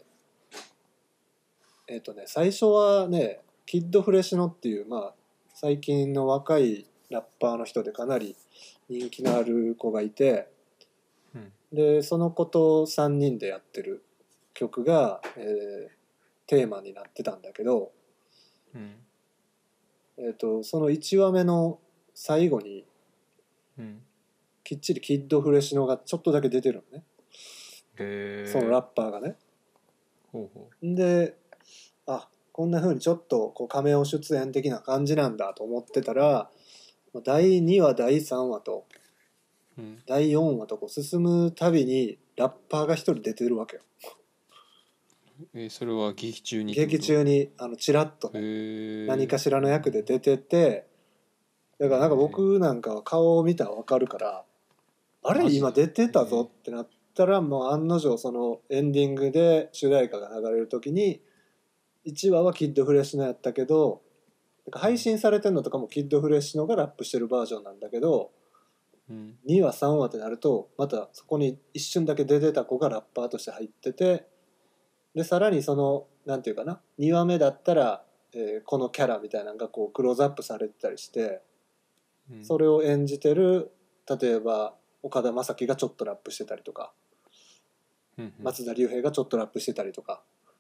最初はねキッドフレシノっていう、まあ、最近の若いラッパーの人でかなり人気のある子がいて、 うん。 でその子と3人でやってる曲が、テーマになってたんだけど、 うん。 その1話目の最後にうん。 きっちりキッドフレシノがちょっとだけ出てるのね、そのラッへえ。 パーがね。 ほうほで、あ、こんな風にちょっとこうカメオ出演的な感じなんだと思ってたら、第2話第3話とう。うん。 第4話とこう進むたびにラッパーが一人出てるわけよ。 それは劇中にってこと？ 劇中にチラッとへね何え。 かしらの役で出てて、だからなんかへ僕なんかは顔を見たら分かるから、あれマジで？ 今出てたぞへってなったら、もう案の定そのエンディングで主題歌が流れる時に1話はキッドフレッシュのやったけど、なんか配信されてるのとかもキッドフレッシュのがラップしてるバージョンなんだけど、 うん。 2話3話ってなるとまたそこに一瞬だけ出てた子がラッパーとして入ってて、でさらにそのなんていうかな、2話目だったら、このキャラみたいなのがこうクローズアップされてたりして、 うん。 それを演じてる例えば岡田将生がちょっとラップしてたりとか、 うん。うん。 松田龍平がちょっとラップしてたりとか、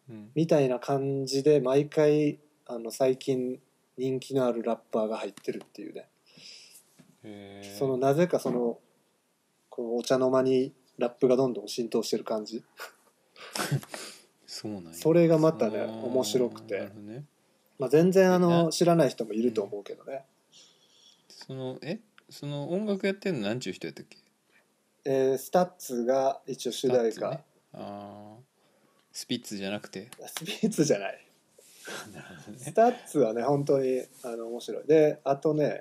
みたいな感じで毎回最近人気のあるラッパーが入ってるっていうね。そのなぜかこのお茶の間にラップがどんどん浸透してる感じそうなんや。 それがまたね面白くて、ね、まあ、全然知らない人もいると思うけどね、 その音楽やってるの何ちゅう人やったっけ？ スタッツが一応主題歌、ね、 スピッツじゃなくてスピッツじゃないなるほど、ね、スタッツはね本当に面白いで、あとね、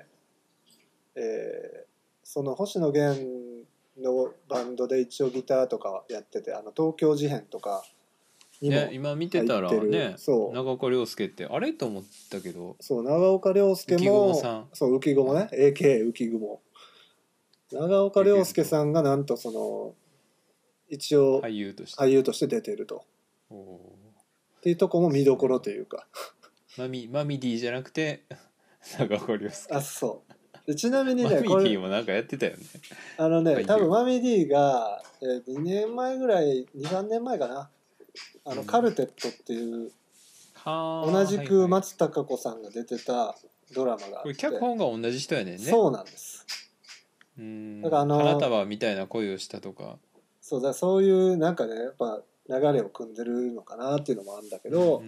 その星野源のバンドで一応ギターとかやってて東京事変とかにも入ってる、 ね、今見てたらね、そう長岡亮介ってあれと思ったけど、 そう長岡亮介もそう浮雲ね、AKA 浮雲、長岡亮介さんがなんと一応俳優として出てるとっていうとこも見どころというかマミディじゃなくて長岡亮介、 あ、そうでちなみにねマミディもなんかやってたよね多分マミディが、2年前ぐらい 2,3 年前かなカルテットっていう同じく松たか子さんが出てたドラマがあって、これ脚本が同じ人やねんね。 そうなんです。 だから花束みたいな恋をしたとか、 そういうなんかねやっぱ流れを組んでるのかなっていうのもあるんだけど、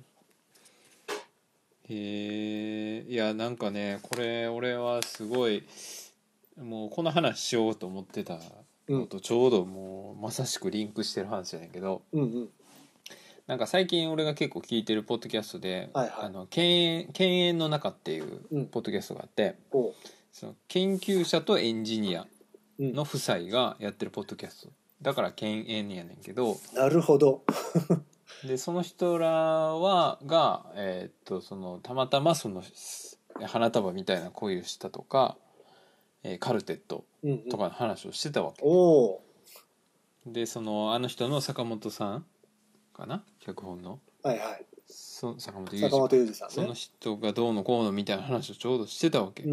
へえ、いやなんかねこれ俺はすごいもうこの話しようと思ってたのとちょうどもうまさしくリンクしてる話やねんけど、なんか最近俺が結構聞いてるポッドキャストで「犬猿の中」っていうポッドキャストがあって、その研究者とエンジニアの夫妻がやってるポッドキャストだから犬猿やねんけど、 なるほどでその人らがたまたまその花束みたいな恋をしたとか、カルテットとかの話をしてたわけ、であの人の坂本さんかな、脚本の、坂本雄二さん、ね、その人がどうのこうのみたいな話をちょうどしてたわけ、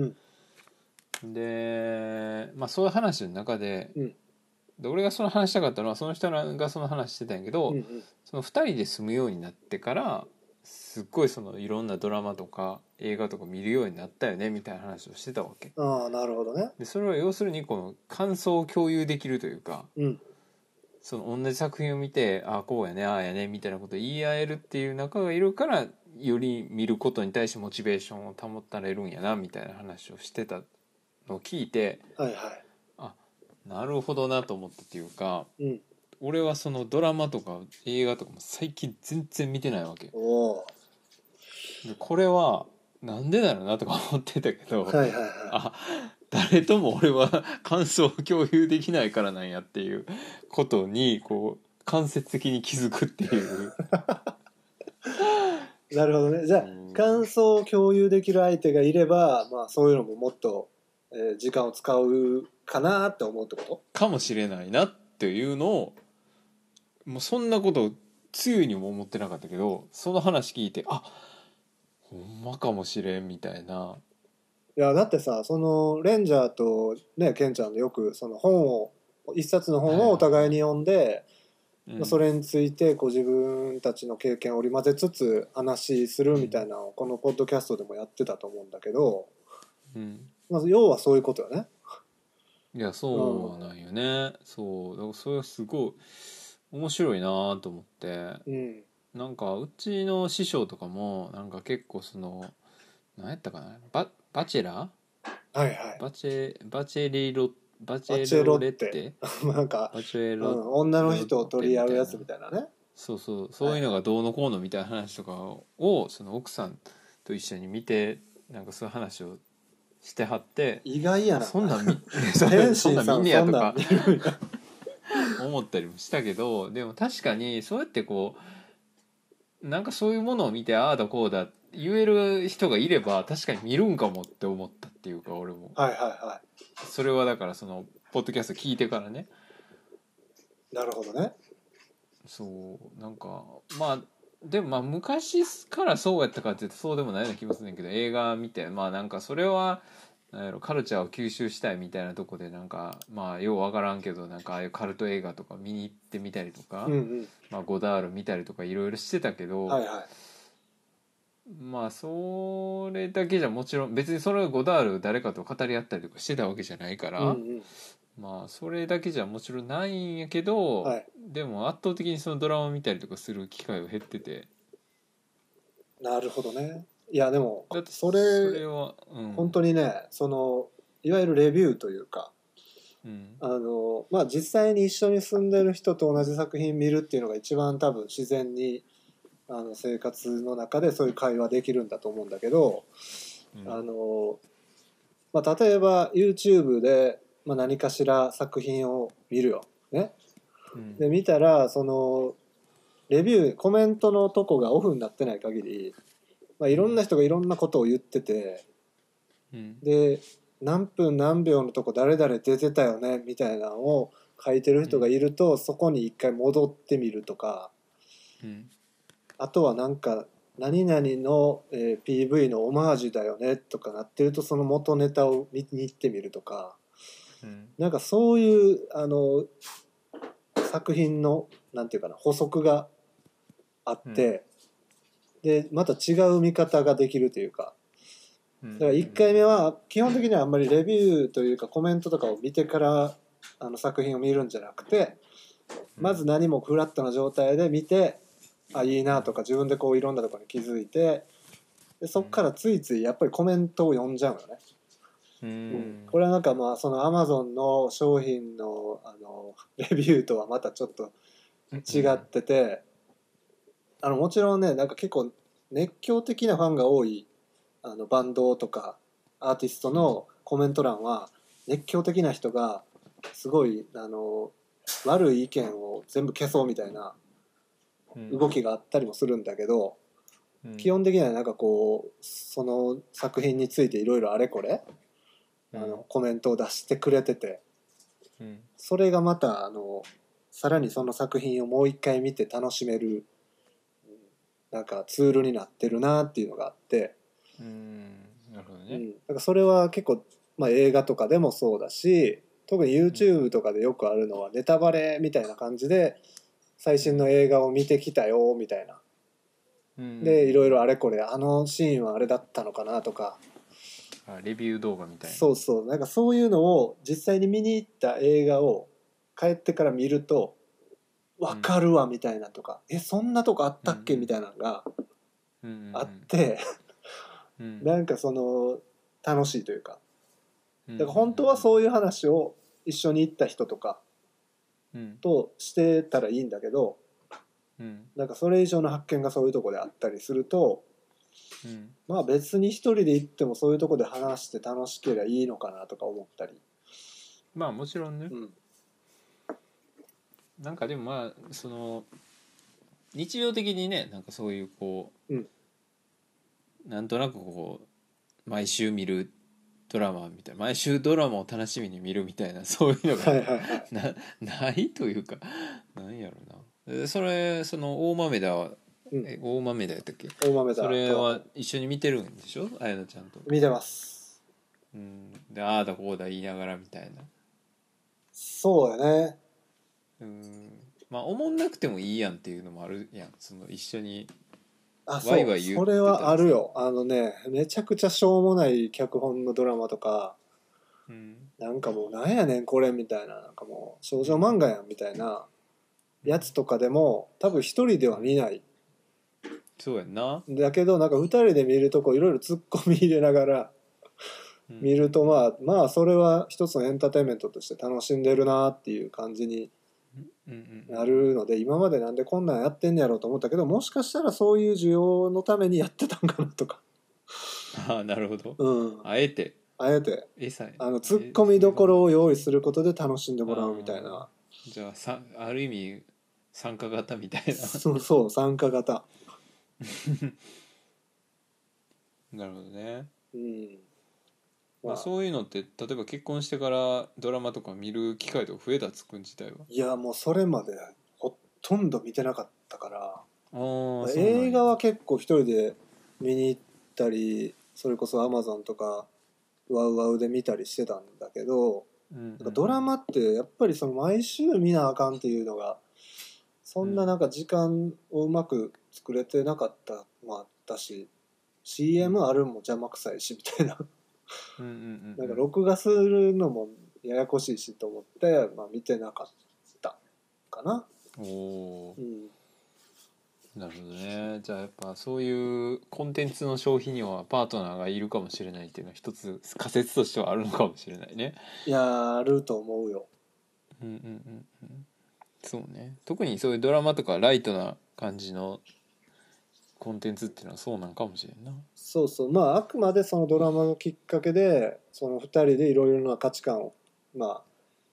でまあそういう話の中で、で俺がその話したかったのはその人らがその話してたんやけど、その2人で住むようになってからすっごいいろんなドラマとか映画とか見るようになったよねみたいな話をしてたわけ。 ああ、なるほどね。 でそれは要するにこの感想を共有できるというか、その同じ作品を見てああこうやねああやねみたいなことを言い合えるっていう仲がいるからより見ることに対してモチベーションを保たれるんやなみたいな話をしてたのを聞いて、あ、なるほどなと思ったっていうか、俺はそのドラマとか映画とかも最近全然見てないわけ。でこれはなんでだろうなとか思ってたけど、あ、誰とも俺は感想を共有できないからなんやっていうことにこう間接的に気づくっていうなるほどね。じゃあ感想を共有できる相手がいれば、まあ、そういうのももっと、時間を使うかなって思うってことかもしれないなっていうのを、もうそんなことつゆにも思ってなかったけど、その話聞いてあ、ほんまかもしれんみたいな。 いやだってさ、そのレンジャーとねケンちゃんでよくその一冊の本をお互いに読んで、それについてこう自分たちの経験を織り交ぜつつ話するみたいなのをこのポッドキャストでもやってたと思うんだけど、まず要はそういうことよね。 いやそうなんよね、そうだからそれはすごい面白いなと思って、なんかうちの師匠とかもなんか結構何やったかな、バチェラー、バチェロレッテなんか女の人を取り合うやつみたいなね、 そういうのがどうのこうのみたいな話とかをその奥さんと一緒に見て、なんかそういう話をしてはって、 意外やな、 そんなん見んねやとか思ったりもしたけど、でも確かにそうやってこうなんかそういうものを見てああだこうだ言える人がいれば確かに見るんかもって思ったっていうか、俺もそれはだからそのポッドキャスト聞いてからね。 なるほどね。 そうなんかまあでもまあ昔からそうやったかって言うとそうでもないような気もするんだけど、映画見てまあなんかそれはなんやろカルチャーを吸収したいみたいなとこでなんかまあようわからんけどなんかああいうカルト映画とか見に行ってみたりとか、 うんうん、 まあ、ゴダール見たりとかいろいろしてたけど、 はいはい。 まあそれだけじゃもちろん別にそれゴダール誰かと語り合ったりとかしてたわけじゃないかうんうら、 ん、 まあそれだけじゃもちろんないんやけど、 はい。 でも圧倒的にそのドラマ見たりとかする機会が減ってて、 なるほどね。いやでもだってそそれれは本当にね、そのいわゆるレビューというか、 うんまあ実際に一緒に住んでる人と同じ作品見るっていうのが一番多分自然に生活の中でそういう会話できるんだと思うんだけど、 うんまあ、例えば YouTube で、まあ、何かしら作品を見るよ、ね、 うんで見たらそのレビューコメントのとこがオフになってない限り、まあ、いろんな人がいろんなことを言ってて、 うんで何分何秒のとこ誰々出てたよねみたいなのを書いてる人がいると、そこに一回戻ってみるとか、 うんあとはなんか何々の、PV のオマージュだよねとかなってるとその元ネタを見に行ってみるとか、 うんなんかそういう作品のなんていうかな補足があっうんて、でまた違う見方ができるというか、 うんだから1回目は基本的にはあんまりレビューというかコメントとかを見てから作品を見るんじゃなくて、まず何もフラットな状態で見て、あいいなとか自分でこういろんなところに気づいて、でそっからついついやっぱりコメントを読んじゃうよね。これはなんかまあその Amazon の商品のレビューとはまたちょっと違ってて、もちろんねなんか結構熱狂的なファンが多いバンドとかアーティストのコメント欄は熱狂的な人がすごい悪い意見を全部消そうみたいな動きがあったりもするんだけど、基本的にはなんかこうその作品についていろいろあれこれコメントを出してくれてて、それがまたさらにその作品をもう一回見て楽しめるなんかツールになってるなっていうのがあって、 なるほどね。 だからそれは結構、まあ、映画とかでもそうだし、特に YouTube とかでよくあるのはネタバレみたいな感じで最新の映画を見てきたよみたいな、でいろいろあれこれあのシーンはあれだったのかなとか、 レビュー動画みたいな。 そうそう、なんかそういうのを実際に見に行った映画を帰ってから見ると分かるわみたいなとか、そんなとこあったっけみたいなのがあって、なんかその楽しいというか、だから本当はそういう話を一緒に行った人とかとしてたらいいんだけど、なんかそれ以上の発見がそういうとこであったりすると、まあ別に一人で行ってもそういうとこで話して楽しければいいのかなとか思ったり。 まあもちろんね、なんかでもまあその日常的にねなんかそういうこう、なんとなくこう毎週見るドラマみたいな、毎週ドラマを楽しみに見るみたいなそういうのがないというか、なんやろうな。その大豆田は、大豆田やったっけ？ 大豆田それは一緒に見てるんでしょ、綾乃ちゃんと。 見てます。 でああだこうだ言いながらみたいな。 そうやね。 まあ思んなくてもいいやんっていうのもあるやん、その一緒にワイワイ言ってたらさ。 それはあるよ。めちゃくちゃしょうもない脚本のドラマとか、なんかもうなんやねんこれみたいな、なんかもう少女漫画やんみたいなやつとかでも多分一人では見ない。 そうやんな。 だけどなんか二人で見るとこいろいろ突っ込み入れながら見ると、まあそれは一つのエンターテインメントとして楽しんでるなっていう感じになるので、今までなんでこんなんやってんやろうと思ったけど、もしかしたらそういう需要のためにやってたんかなとか。 ああなるほど、あえてツッコミどころを用意することで楽しんでもらうみたいな。 じゃあある意味参加型みたいな。 そう参加型。 なるほどね。まあ、そういうのって例えば結婚してからドラマとか見る機会とか増えた？つくん自体は。 いやもうそれまでほとんど見てなかったから、 映画は結構一人で見に行ったり、それこそ Amazon とかワウワウで見たりしてたんだけど、 うんうんうん、 なんかドラマってやっぱりその毎週見なあかんっていうのがそんななんか時間をうまく作れてなかったのもあったし、 CM あるんも邪魔くさいしみたいな、 うんうんうんなんかうん、 録画するのもややこしいしと思って、まあ、見てなかったかな。 おおう、ん、 なるほどね。じゃあやっぱそういうコンテンツの消費にはパートナーがいるかもしれないっていうのは一つ仮説としてはあるのかもしれないね。 いやあると思うよ。 うんうんうんうん。そうね。特にそういうドラマとかライトな感じのコンテンツっていうのはそうなんかもしれんな。 そうそう、まああくまでそのドラマのきっかけでその2人でいろいろな価値観をまあ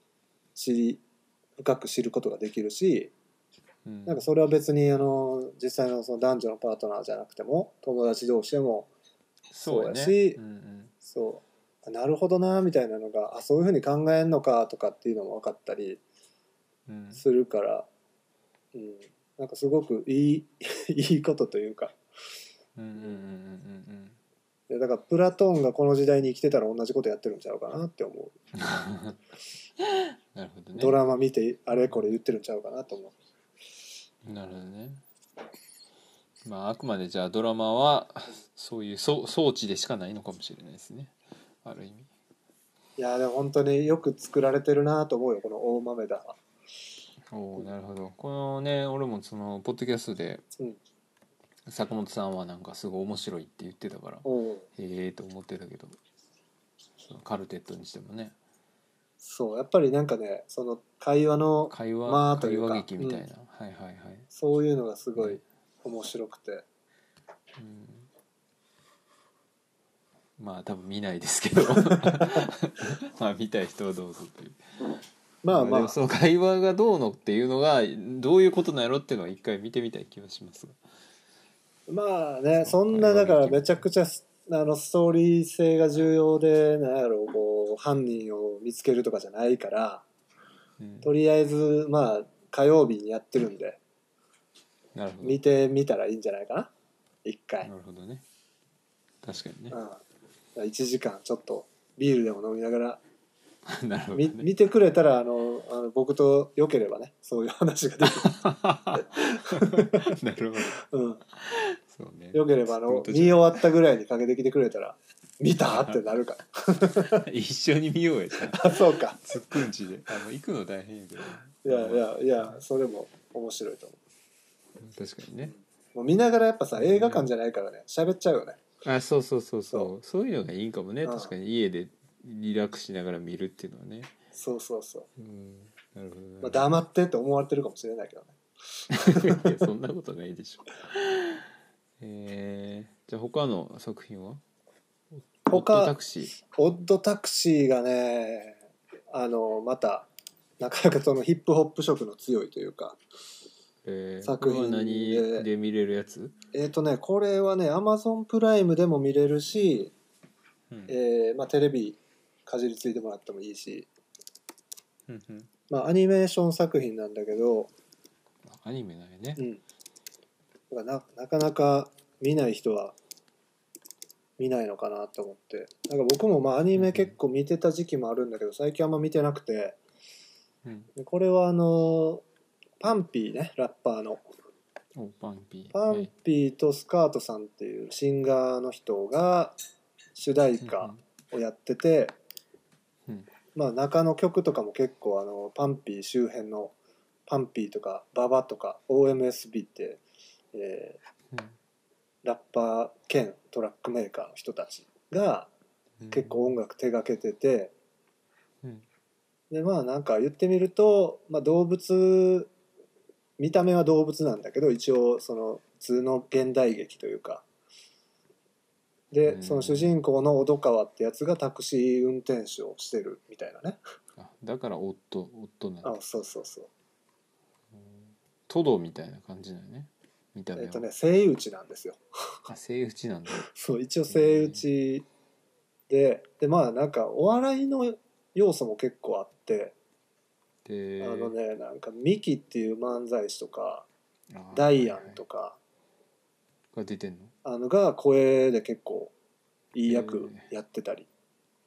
深く知ることができるし、 うん、 なんかそれは別に実際のその男女のパートナーじゃなくても友達同士でもそうやそうやね。 し、 うんうん。 そうなるほどなみたいなのが、そういうふうに考えんのかとかっていうのも分かったりうん、 するから、うん、なんかすごくいいいいことというか、 うんうんうんうんでだからプラトーンがこの時代に生きてたら同じことやってるんちゃうかなって思う。 うん。なるほどね。 ドラマ見てあれこれ言ってるんちゃうかなと思なるほどね。まああくまでじゃあドラマはそういう装置でしかないのかもしれないですね。ある意味。 う。いやでも本当によく作られてるなと思うよ、この大豆田は。 おお、なるほど。このね、俺もそのポッドキャストでうん、 坂本さんはなんかすごい面白いって言ってたから、 うん、 へえと思ってたけど、そのカルテットにしてもね、 そうやっぱりなんかね、その会話の間と会話いうか、うん、 劇みたいな、はいはいはい。 そういうのがすごいね、 面白くて。 うん、まあ多分見ないですけどまあ見たい人はどうぞという。まあでもまあまあその会話がどうのっていうのがどういうことなんやろっていうのは一回見てみたい気はしますが、 まあね、 そのそん会話なだから劇みたいな。 めちゃくちゃストーリー性が重要で、なんやろう、こう犯人を見つけるとかじゃないから、 うん、 とりあえずまあ火曜日にやってるんでなるほど。 見てみたらいいんじゃないかな、一回。 なるほどね。確かにね。 うん、1時間ちょっとビールでも飲みながらなるほどね。 見てくれたら、僕と良ければね、そういう話ができなるほど。 る。うん、 そうね。 良ければツッコミ途見終中わったぐらいにかけてきてくれたら見たってなるか一緒に見ようやじゃら。 あ。 そうか。 ツックンチで行くの大変やけどね。 いやいまあまやいや、それも面白いと思あ確かにね。 う。もう見ながらやっぱさ、映画館じゃないからね、喋っちゃうよね。 あ、そうそうそうそそうそういうのがいいかもね。 う、うん、 確かに家でリラックスしながら見るっていうのはね。 そうそうそう。 うん、なるほどまあ、 なる黙ってって思われてるかもしれないけどね。 ほど。いやそんなことないでしょ。じゃあ他の作品は？オットタ他、 クシー。 オッドタクシーがね、また、なかなかそのヒップホップ色の強いというか、 これは作品何で見れるやつ？ これはね、アマゾンプライムでも見れるし、 うん。 まあ、テレビかじりついてもらってもいいし、 うんうん。 まあ、アニメーション作品なんだけど、 アニメなんやね。 うん、だからなかなか見ない人は見ないのかなと思って、なんか僕もまあアニメ結構見てた時期もあるんだけど、最近あんま見てなくて、 うんでこれはパンピーね、ラッパーのおパンピー。 パンはい。 ピーとスカートさんっていうシンガーの人が主題歌をやってて、 うんうんまあ中の曲とかも結構パンピー周辺のパンピーとかババとか OMSB って、えうんラッパー兼トラックメーカーの人たちがうん結構音楽手がけてて、 うんでまあなんか言ってみると、まあ、見た目は動物なんだけど一応その普通の現代劇というかで、その主人公の小戸川ってやつがタクシー運転手をしてるみたいなね。 あ、だから夫なんだ。 そうそうそう。 トドみたいな感じだよね。見た目は。 セイウチなんですよ。 あ、セイウチなんだ。 そう一応セイウチでまあなんかお笑いの要素も結構あって、 で、 なんかミキっていう漫才師とかあ、 ダイアンはいはいとかが出てんの？ が声で結構いい役やってたり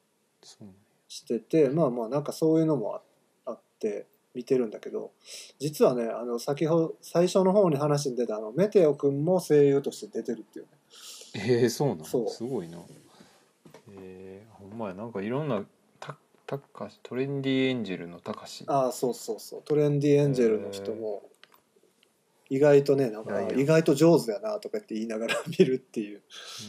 そうしてて、まあまあなんかそういうのもあって見てるんだけど、実はね先ほど最初の方に話に出たメテオくんも声優として出てるっていうね。 そうなんそうすごいな。ほんまや、なんかいろんなたかしトレンディエンジェルのたかし、 そうそうそう、トレンディエンジェルの人も意外とねなんか意外と上手やなとかって言いながら見るっていう。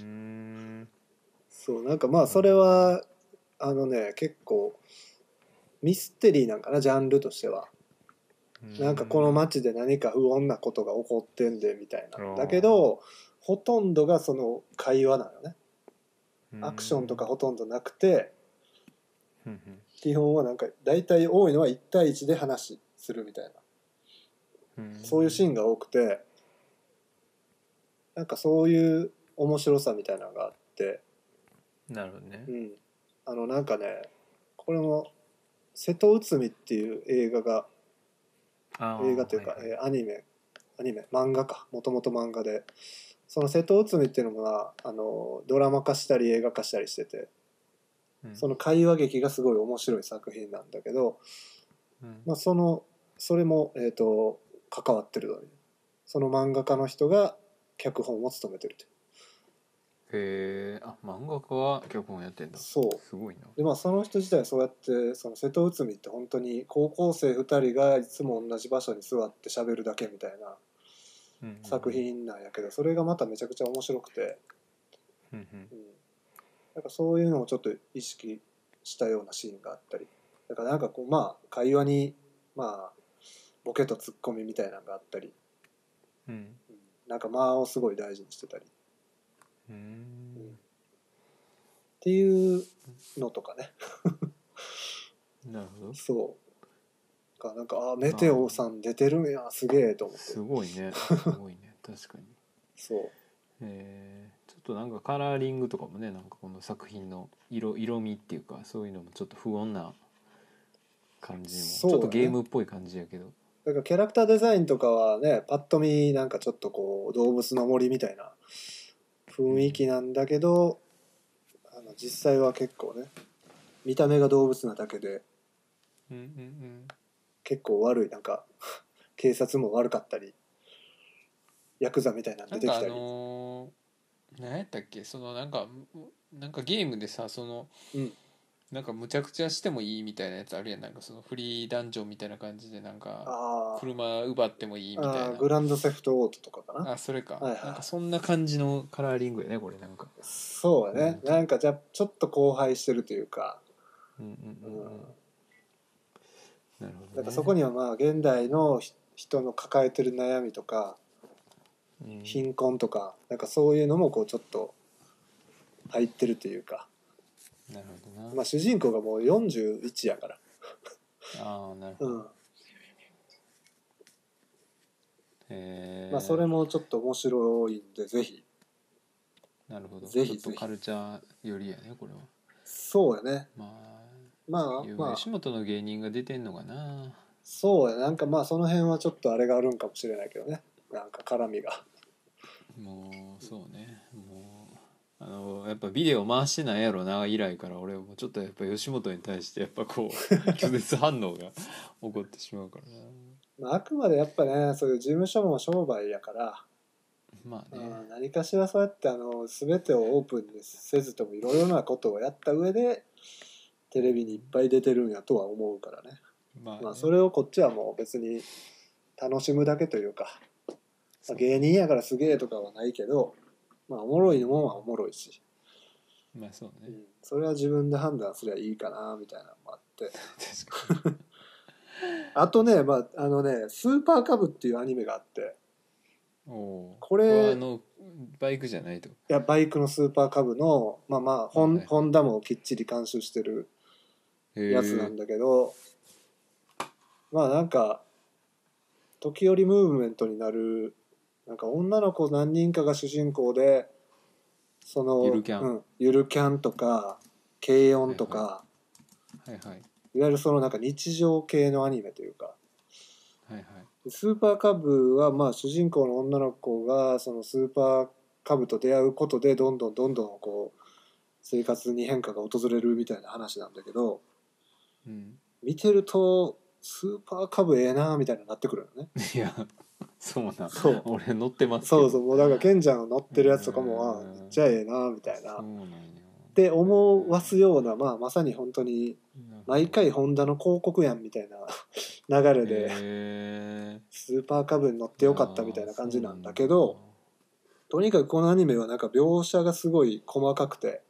そうなんかまあそれは結構ミステリーなんかな、ジャンルとしては。なんかこの街で何か不穏なことが起こってんでみたいな。だけどほとんどがその会話なのね。アクションとかほとんどなくて、基本はなんか大体多いのは1対1で話するみたいな、そういうシーンが多くて、なんかそういう面白さみたいなのがあって。 なるほどね。 なんかねこれも瀬戸内海っていう映画というか、 はいはい、 アニメ漫画か、もともと漫画で、その瀬戸内海っていうのがドラマ化したり映画化したりしてて、その会話劇がすごい面白い作品なんだけど、まあ、それも、関わってるのに、その漫画家の人が脚本を務めてると。 へえ、漫画家は脚本やってんだ。 そうすごいな。 でまあその人自体はそうやって、その瀬戸内海って本当に高校生2人がいつも同じ場所に座って喋るだけみたいな作品なんやけど、それがまためちゃくちゃ面白くて、なんかそういうのをちょっと意識したようなシーンがあったり、だからなんかこうまあ会話にまあボケとツッコミみたいなのがあったり、なんか間をすごい大事にしてたり、っていうのとかね。 なるほど。 そうか、なんかメテオさん出てるんや、すげえと思って。 すごいね、すごいね、確かに。 そう。 ちょっとなんかカラーリングとかもね、なんかこの作品の色味っていうか、そういうのもちょっと不穏な感じも、ちょっとゲームっぽい感じやけど、 だからキャラクターデザインとかはね、パッと見なんかちょっとこう動物の森みたいな雰囲気なんだけど、実際は結構ね見た目が動物なだけで、結構悪い、なんか警察も悪かったりヤクザみたいなの出てきたり。 何やったっけ、そのなんかゲームでさ、その、なんかむちゃくちゃしてもいいみたいなやつあるやん。なんかそのフリーダンジョンみたいな感じで、なんか車奪ってもいいみたいな。 グランドセフトオートとかかな。 それか、なんかそんな感じのカラーリングやねこれ。なんかそうやね、なんかじゃちょっと荒廃してるというか、 なるほどね。 なんかそこにはまあ現代の人の抱えてる悩みとか、貧困とか、なんかそういうのもこうちょっと入ってるというか。 なるほどな。 まあ主人公がもう41やから。 なるほど。 まあそれもちょっと面白いんでぜひ。 なるほど。 ぜひぜひ。 ちょっとカルチャー寄りやねこれは。 そうやね。 まあ吉本の芸人が出てんのかな。 そうや、なんかまあその辺はちょっとあれがあるんかもしれないけどね、なんか絡みが。 もうそうね、もうやっぱビデオ回してないやろな以来から、俺はもうちょっとやっぱ吉本に対してやっぱこう拒絶反応が起こってしまうからな。 まあ、あくまでやっぱね、そういう事務所も商売やから、何かしらそうやって全てをオープンにせずともいろいろなことをやった上でテレビにいっぱい出てるんやとは思うからね。まあそれをこっちはもう別に楽しむだけというか、まあ、芸人やからすげえとかはないけど、まあおもろいもんはおもろいし、 まあそうね、 それは自分で判断すりゃいいかなみたいなのもあって確かにあとね、まあスーパーカブっていうアニメがあって、 これバイクじゃないと。いやバイクのスーパーカブのまあまあホンダもきっちり監修してるやつなんだけど、まあなんか時折ムーブメントになる、なんか女の子何人かが主人公で、そのゆるキャンとか軽音とか、いわゆるそのなんか日常系のアニメというか、スーパーカブはまあ主人公の女の子がそのスーパーカブと出会うことでどんどんこう生活に変化が訪れるみたいな話なんだけど、 うん、 見てるとスーパーカブええなみたいになってくるよね。 いやそうな、 そう俺乗ってますけど。 そうそう、もうだからケンちゃんが乗ってるやつとかもめっちゃええなみたいなって思わすような、まあ、まさに本当に毎回ホンダの広告やんみたいな流れでスーパーカブに乗ってよかったみたいな感じなんだけど、とにかくこのアニメはなんか描写がすごい細かくて、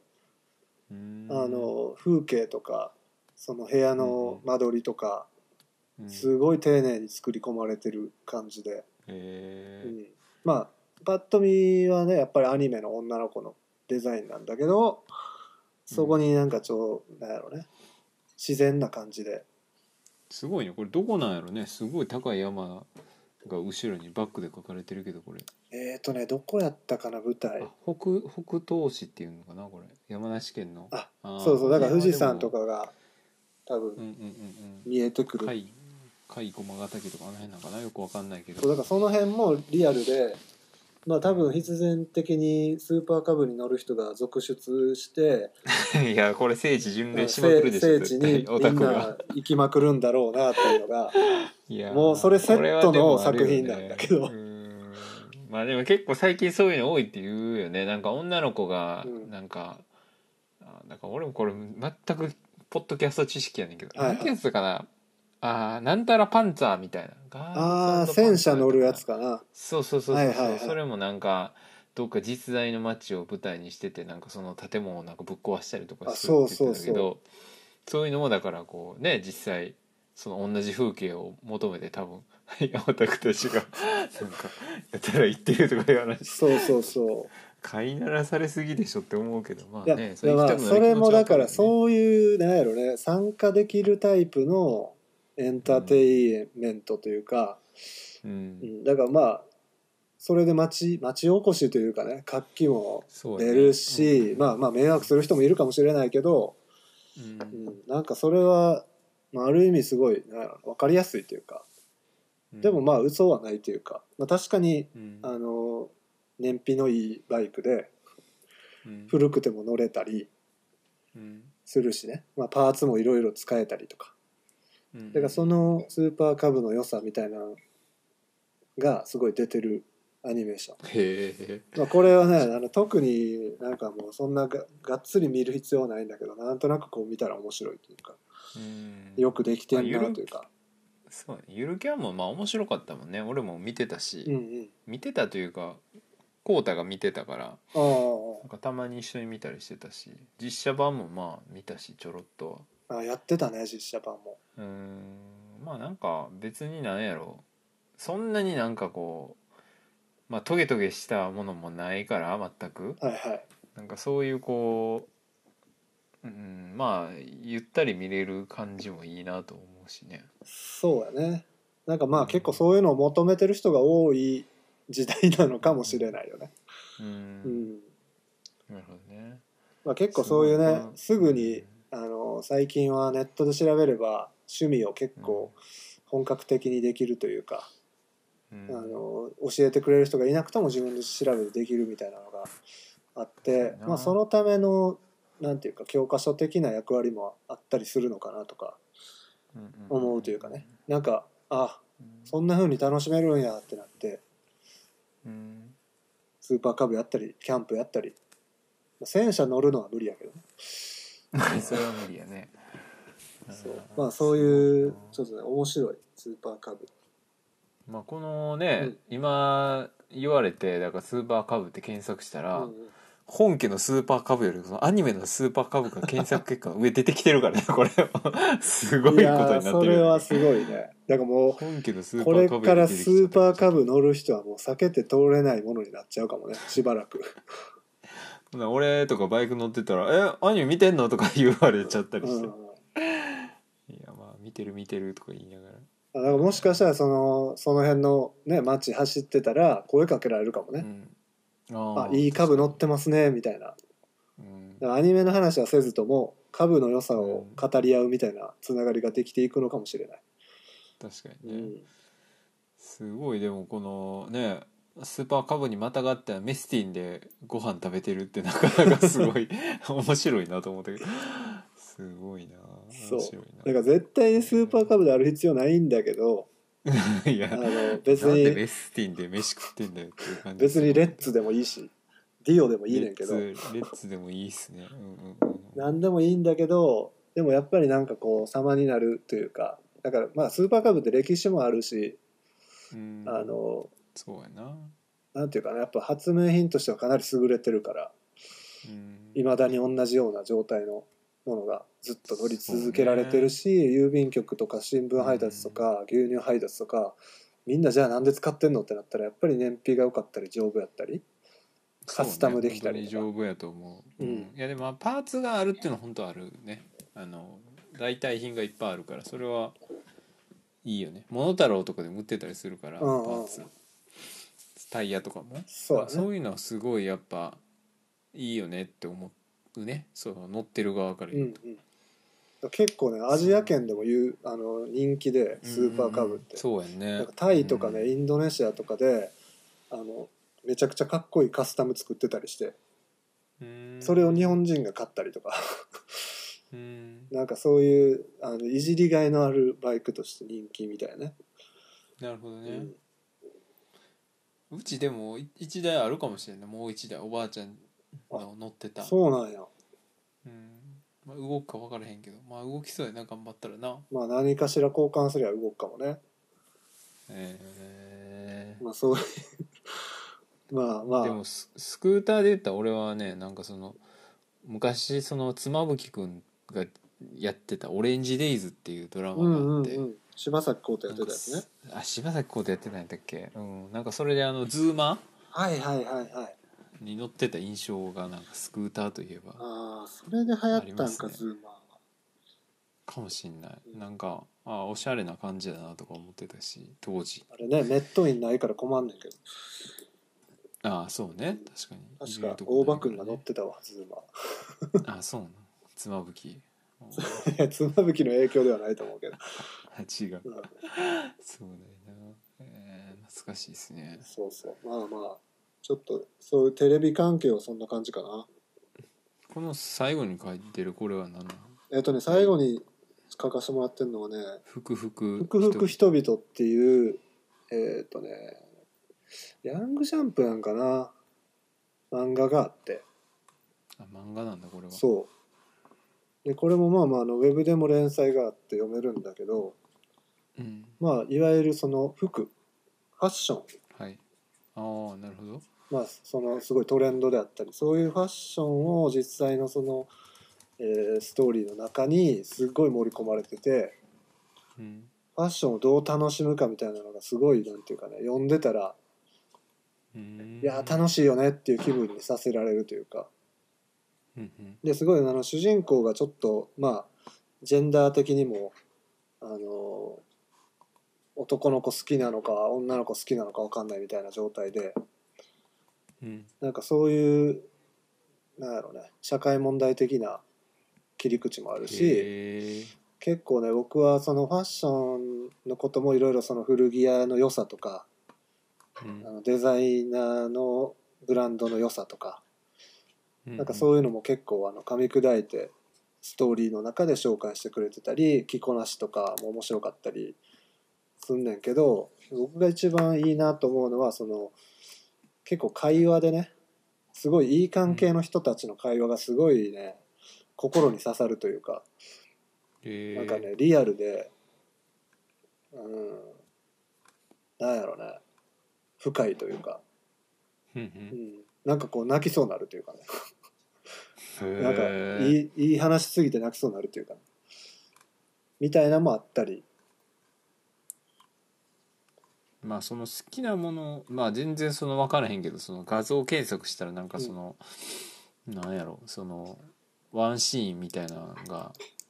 風景とかその部屋の間取りとかすごい丁寧に作り込まれてる感じで、まあパッと見はねやっぱりアニメの女の子のデザインなんだけど、そこになんかなんやろね、自然な感じで。 すごいね、これどこなんやろね。すごい高い山が後ろにバックで描かれてるけど、これどこやったかな舞台。 北東市っていうのかな、これ山梨県の。 そうそう、だから富士山とかが多分見えてくる。 甲駒ヶ岳とかあの辺なんかな、よくわかんないけど。 そうだからその辺もリアルで、まあ多分必然的にスーパーカブに乗る人が続出していやこれ聖地巡礼しまくるでしょ、 聖地にみんな行きまくるんだろうなっていうのがいやもうそれセットの作品なんだけど、 まあでも結構最近そういうの多いって言うよね。なんか女の子がなんか、なんか俺もこれ全くポッドキャスト知識やねんけど、何てやつかな、なんたらパンツァーみたいな、 戦車乗るやつかな。 そう、それもなんかどっか実在の街を舞台にしてて、なんかその建物をなんかぶっ壊したりとかするって言ってたけど、そういうのもだからこうね、実際その同じ風景を求めて多分山田君たちがなんかやたら言ってるとかいう話。 そう飼いならされすぎでしょって思うけど、まあね、 それもだからそういうなんやろね、参加できるタイプのエンターテインメントというか、だからまあそれで町おこしというかね、活気も出るし、まあ迷惑する人もいるかもしれないけど、なんかそれは、ある意味すごい分かりやすいというか、でもまあ嘘はないというか、確かに、燃費のいいバイクで、古くても乗れたりするしね、パーツもいろいろ使えたりとか、だからそのスーパーカブの良さみたいなのがすごい出てるアニメーション。これはね特になんかもうそんながっつり見る必要はないんだけど、なんとなくこう見たら面白いというか、よくできてんなというか。 そうね、ゆるキャンもまあ面白かったもんね。俺も見てたし、見てたというかコウタが見てたから、なんかたまに一緒に見たりしてたし、実写版もまあ見たしちょろっとは。やってたね実写版も。 まあなんか別になんやろ、そんなになんかこうトゲトゲしたものもないから全く、なんかそういうこう、まあゆったり見れる感じもいいなと思うしね。 そうやね。なんかまあ結構そういうのを求めてる人が多い時代なのかもしれないよね。 なるほどね。 結構そういうね、すぐに最近はネットで調べれば趣味を結構本格的にできるというか、教えてくれる人がいなくても自分で調べてできるみたいなのがあって、そのためのなんていうか教科書的な役割もあったりするのかなとか思うというかね、なんかそんな風に楽しめるんやってなって、スーパーカブやったりキャンプやったり、戦車乗るのは無理やけどね。 それは無理やね。 そういうちょっとね面白いスーパーカブ。 このね、今言われてだからスーパーカブって検索したら、本家のスーパーカブよりそのアニメのスーパーカブが検索結果の上出てきてるからね、これすごいことになってる。 それはすごいね。だからもう本家のスーパこれーカブからスーパーカブ乗る人はもう避けて通れないものになっちゃうかもね、しばらく。 俺とかバイク乗ってたら「アニメ見てんの?」とか言われちゃったりして、いやまあ見てるとか言いながら、 だからもしかしたらその辺のね街走ってたら声かけられるかもね、いいカブ乗ってますねみたいな、アニメの話はせずともカブの良さを語り合うみたいなつながりができていくのかもしれない。 確かにね、すごい。でもこのねスーパーカブにまたがってメスティンでご飯食べてるってなかなかすごい面白いなと思ったけど、すごいな、面そう白いだから絶対にスーパーカブである必要ないんだけど、 な。いや、 別なんでにメスティンで飯食ってんだよっていう感じ別するけど、 にレッツでもいいしディオでもいいねんけど、 レッツでもいいっすね。うんうん何でもいいんだけど、でもやっぱりなんかこう様になるというか、だからまあスーパーカブって歴史もあるし、 うん。 あのそうやな。 なんていうかな、やっぱ発明品としてはかなり優れてるから、 うん。 いまだに同じような状態のものがずっと乗りそう続けられてるね。 し、郵便局とか新聞う配達とん。 か牛乳配達とか、みんなじゃあなんで使ってんのってなったら、やっぱり燃費が良かったり丈夫やったりカそうね、 スタムでき本当たりとか。 に丈夫やと思う。うん。 うんいやでもまあパーツがあるっていうのは本当あるね。代替品がいっぱいあるから、それはいいよね。モノタロウとかでも売ってたりするから、 うんうんうん、 パーツ、タイヤとかも。 そうだね。 だからそういうのはすごいやっぱいいよねって思うね。その乗ってる側からうんう言うと。 ん、結構ねアジア圏でも人気でうんうスーパーカブっんて、 そうやんね。 なんかタうイとかねイんンドネシアとかでめちゃくちゃかっこいいカスタム作ってたりして、それを日本人が買ったりとかうん。 なんかそういういじりがいのあるバイクとして人気みたいね。 なるほどね。 うん、 うちでも一台あるかもしれんない。もう一台おばあちゃんあ、 の乗ってた。 そうなんや。 うん。まあ、動くか分からへんけど、まあ動きそうやな、頑張ったらな。 まあ何かしら交換すりゃ動くかもね。まあそういうまあまあ、 でもスクーターで言ったら俺はね、なんかその昔その妻夫木くんがやってた「オレンジデイズ」っていうドラマがあって、 柴咲コウとやっなんかてたやつね。 柴咲コウとやってたんやったっけ、うん、なんかそれでズーマはいはいはいはい。 ーに乗ってた印象が、なんかスクーターといえばああ、それで流行あったんか、 りますね。 ズーマーは。 かもしんない。 うん、 なんかおしゃれな感じだなとか思ってたし当時。 あれね、ネットインないから困んねんけど。 そうね、確かに入確かれるとこ大場君が乗っないからね。 てたわ、ズーマそうなの。妻夫木。 ー。いや、妻夫木の影響ではないと思うけど。 違う。 うん、 そうだよな。懐かしいですね。 そうそう。まあまあ、ちょっと、そういうテレビ関係はそんな感じかな。 この最後に書いてるこれは何なの？ 最後に書かせてもらってるのはね、 ふくふくふくふく人々っていう、ヤングジャンプなんかな、漫画があって。 漫画なんだこれは。 そう。で、これもまあまあウェブでも連載があって読めるんだけど、 うん。 まあ、いわゆるその服、ファッション、 はい。なるほど。 まあ、そのすごいトレンドであったり、そういうファッションを実際のその、ストーリーの中にすごい盛り込まれてて、 うん。 ファッションをどう楽しむかみたいなのがすごい、なんていうかね、読んでたら、いや楽しいよねっていう気分にさせられるというか、 うんうんですごい主人公がちょっとまあジェンダー的にも男の子好きなのか女の子好きなのか分かんないみたいな状態で、 うんなんかそういうなんやろうね、社会問題的な切り口もあるし、 へえ。 結構ね僕はそのファッションのこともいろいろその古着屋の良さとか、 うんデザイナーのブランドの良さとか、 うんなんかそういうのも結構噛み砕いてストーリーの中で紹介してくれてたり、着こなしとかも面白かったりすんねんけど、僕が一番いいなと思うのはその結構会話でね、すごいいい関係の人たちの会話がすごいね心に刺さるというか、なんかへえ。 ねリアルで、なんやろね、深いというか、 うんうんなんかこう泣きそうになるというかねなんかへえ。 いい話しすぎて泣きそうになるというか、ね、みたいなのもあったり。 まあその好きなもの、まあ全然その分からへんけど、その画像検索したらなんかなんやろ、そのワンシーンみたいなのが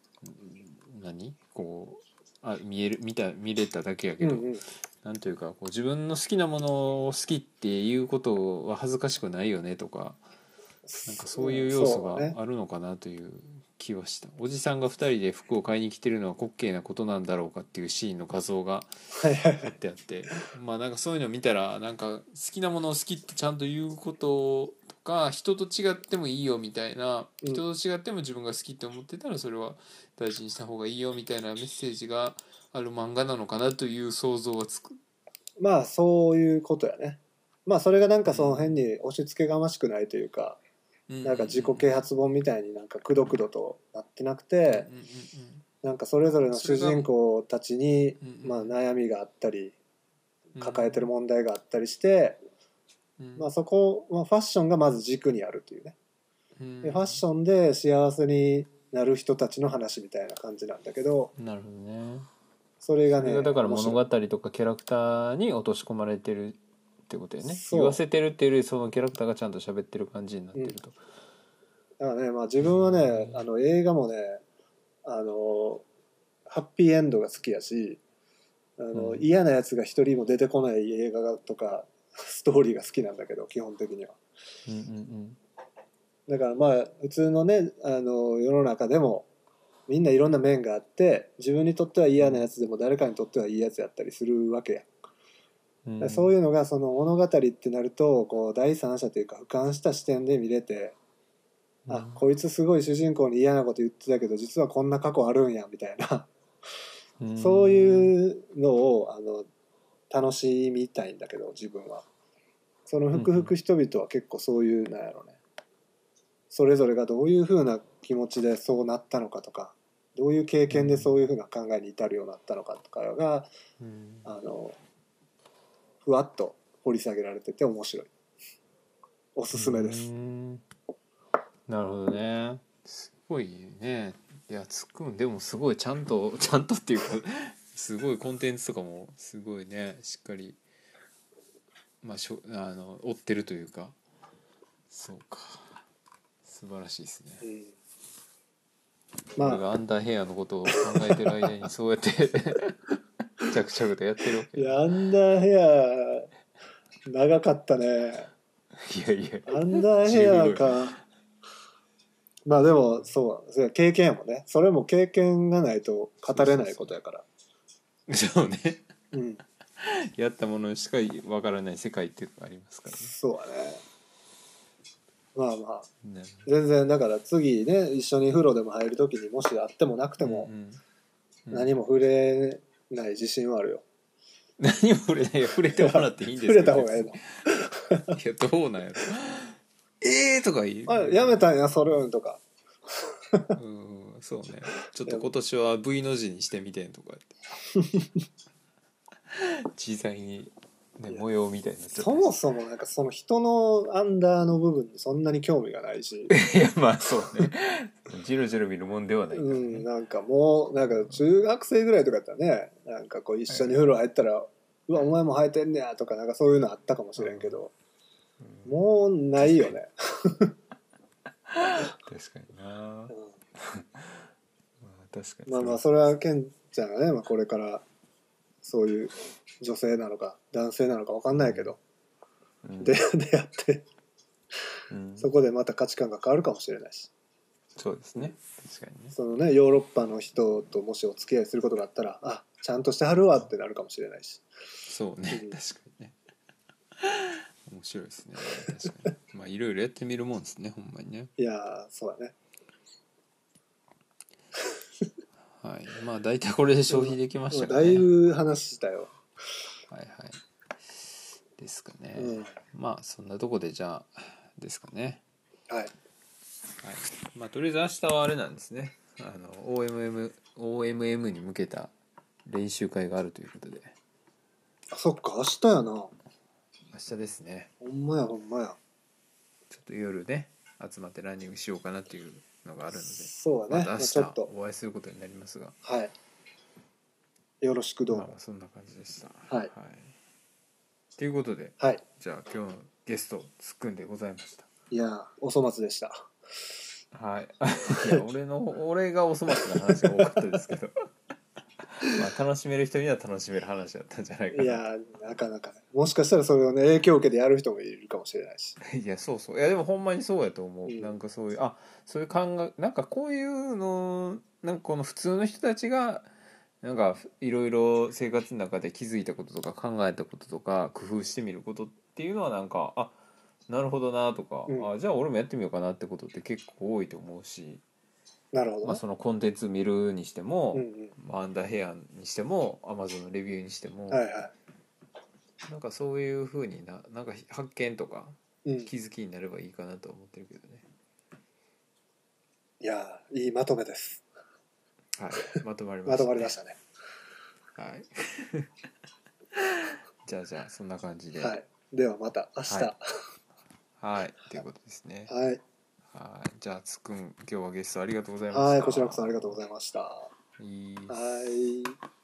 こう見れただけやけど、なんというかこう自分の好きなものを好きっていうことは恥ずかしくないよねとか、 なんかそういう要素がそうねあるのかなという気はした。おじさんが2人で服を買いに来てるのは滑稽なことなんだろうかっていうシーンの画像がはいはいは貼っいてあって、まあなんかそういうの見たらなんか好きなものを好きってちゃんと言うこととか、人と違ってもいいよみたいな、 うん人と違っても自分が好きって思ってたらそれは大事にした方がいいよみたいなメッセージがある漫画なのかなという想像はつく。 まあそういうことやね。まあそれがなんかその辺うんに押し付けがましくないというか、 うんうんなんか自己啓発本みたいになんかくどくどとなってなくて、 うんなんかそれぞれの主それが人公たちにうんまあ悩みがあったりうん抱えてる問題があったりして、 うんまあそこ、まあ、ファッションがまず軸にあるというね。 うんでファッションで幸せになる人たちの話みたいな感じなんだけど、 なるほどね。 それがねそれがだから面白い。 物語とかキャラクターに落とし込まれてるってことよね。 そう言わせてるっていうよりそのキャラクターがちゃんと喋ってる感じになってると。 だからね、まあ自分はね、映画もね、ハッピーエンドが好きやし、 うん嫌なやつが一人も出てこない映画とかストーリーが好きなんだけど、基本的には。 うんうんだからまあ普通のね、世の中でもみんないろんな面があって、自分にとっては嫌なやつでも誰かにとってはいいやつやったりするわけや。 うんだからそういうのがその物語ってなると、こう第三者というか俯瞰した視点で見れて、あ、こいつすごい主人公に嫌なこと言ってたけど実はこんな過去あるんやみたいなうんそういうのを楽しみたいんだけど、自分はそのふく人々は結構そういうなんやろね、それぞれがどういうふうな気持ちでそうなったのかとか、どういう経験でそういうふうな考えに至るようになったのかとかがうんふわっと掘り下げられてて面白い。おすすめでうす。 んなるほどね。すごいね。いやつくんでもすごいちゃんとっていうかすごいコンテンツとかもすごいねしっかりまあ追ってるというか、そうか素晴らしいですね。 ま俺がアンダーヘアのことを考えてる間にそうやって着々とやってるわけ。 いやアンダーヘア長かったね。 いやいやアンダーヘアか。まあでもそう経験もね、それも経験がないと語れないことやから。 そうね、 うん、 やったものしかわからない世界っていうのがありますからね。 そうだね。まあまあね全然だから次ね一緒に風呂でも入る時にもしあってもなくても何も触れない自信はあるよ。 何も触れないよ。触れてもらっていいんです触れた方がええの。 いやどうなんやろ。とか言う。 あやめたんやそれとか。 そうね。ちょっと今年は V の字にしてみてんとか言って小さいに、ね、模様みたいになっちゃった。 そもそもなんかその人のアンダーの部分にそんなに興味がないし。 いやまあそうね。ジロジロ見るもんではないからね。 なんかもうなんか中学生ぐらいとかやったらね、なんかこう一緒に風呂入ったら、うわお前も入ってんねやとかなんかそういうのあったかもしれんけど、もうないよね。 確かにな、まあ、確かにまあまあそれはケンちゃんがね、まあ、これからそういう女性なのか男性なのか分かんないけど、出会って、そこでまた価値観が変わるかもしれないし。 そうですね、確かにね。 そのねヨーロッパの人ともしお付き合いすることがあったら、あちゃんとしてはるわってなるかもしれないし。 そうね、確かにね。面白いですね。確かに。まあいろいろやってみるもんですね、ほんまにね。 いやそうだね。 はい。まあ大体これで消費できましたかね。 だいぶ話したよ。 はいはい。ですかね。まあそんなとこでじゃあですかね。 はい。 はい。まあとりあえず明日はあれなんですね。OMM に向けた練習会があるということで。 あそっか明日やな。 明日ですね。 ほんまやほんまや。 ちょっと夜ね集まってランニングしようかなっていうのがあるので、 そうだね。 また明日お会いすることになりますが、 はい。よろしくどうも。 まあそんな感じでした。 はい。 ということで、 はい。 じゃあ今日のゲストつっくんでございました。 いやお粗末でした。 はい。いや俺がお粗末な話が多かったですけど。 まあ楽しめる人には楽しめる話だったんじゃないかな。 いやなかなかね、もしかしたらそれをね影響を受けてやる人もいるかもしれないし。 いやそうそう、いやでもほんまにそうやと思う、 うんなんかそういうそういう考えなんかこういうのなんかこの普通の人たちがなんかいろいろ生活の中で気づいたこととか考えたこととか工夫してみることっていうのはなんかなるほどなとか、 うん、 じゃあ俺もやってみようかなってことって結構多いと思うし、まあ、 なるほどね。 そのコンテンツ見るにしても、 うんうん、 アンダーヘアにしても Amazon のレビューにしても、 はいはなんかそういう風になんか発見とかい。うん、 気づきになればいいかなと思ってるけどね。 いやいいまとめです。 はい、まとまりままとしたね。 まりましたね。 はいじゃあそんな感じで。 はい。ではまた明日。 はいはいということですね。 はい。 はいじゃあつくん今日はゲストありがとうございましはい、 た。 こちらこそありがとうございました。 いいっはす。 い。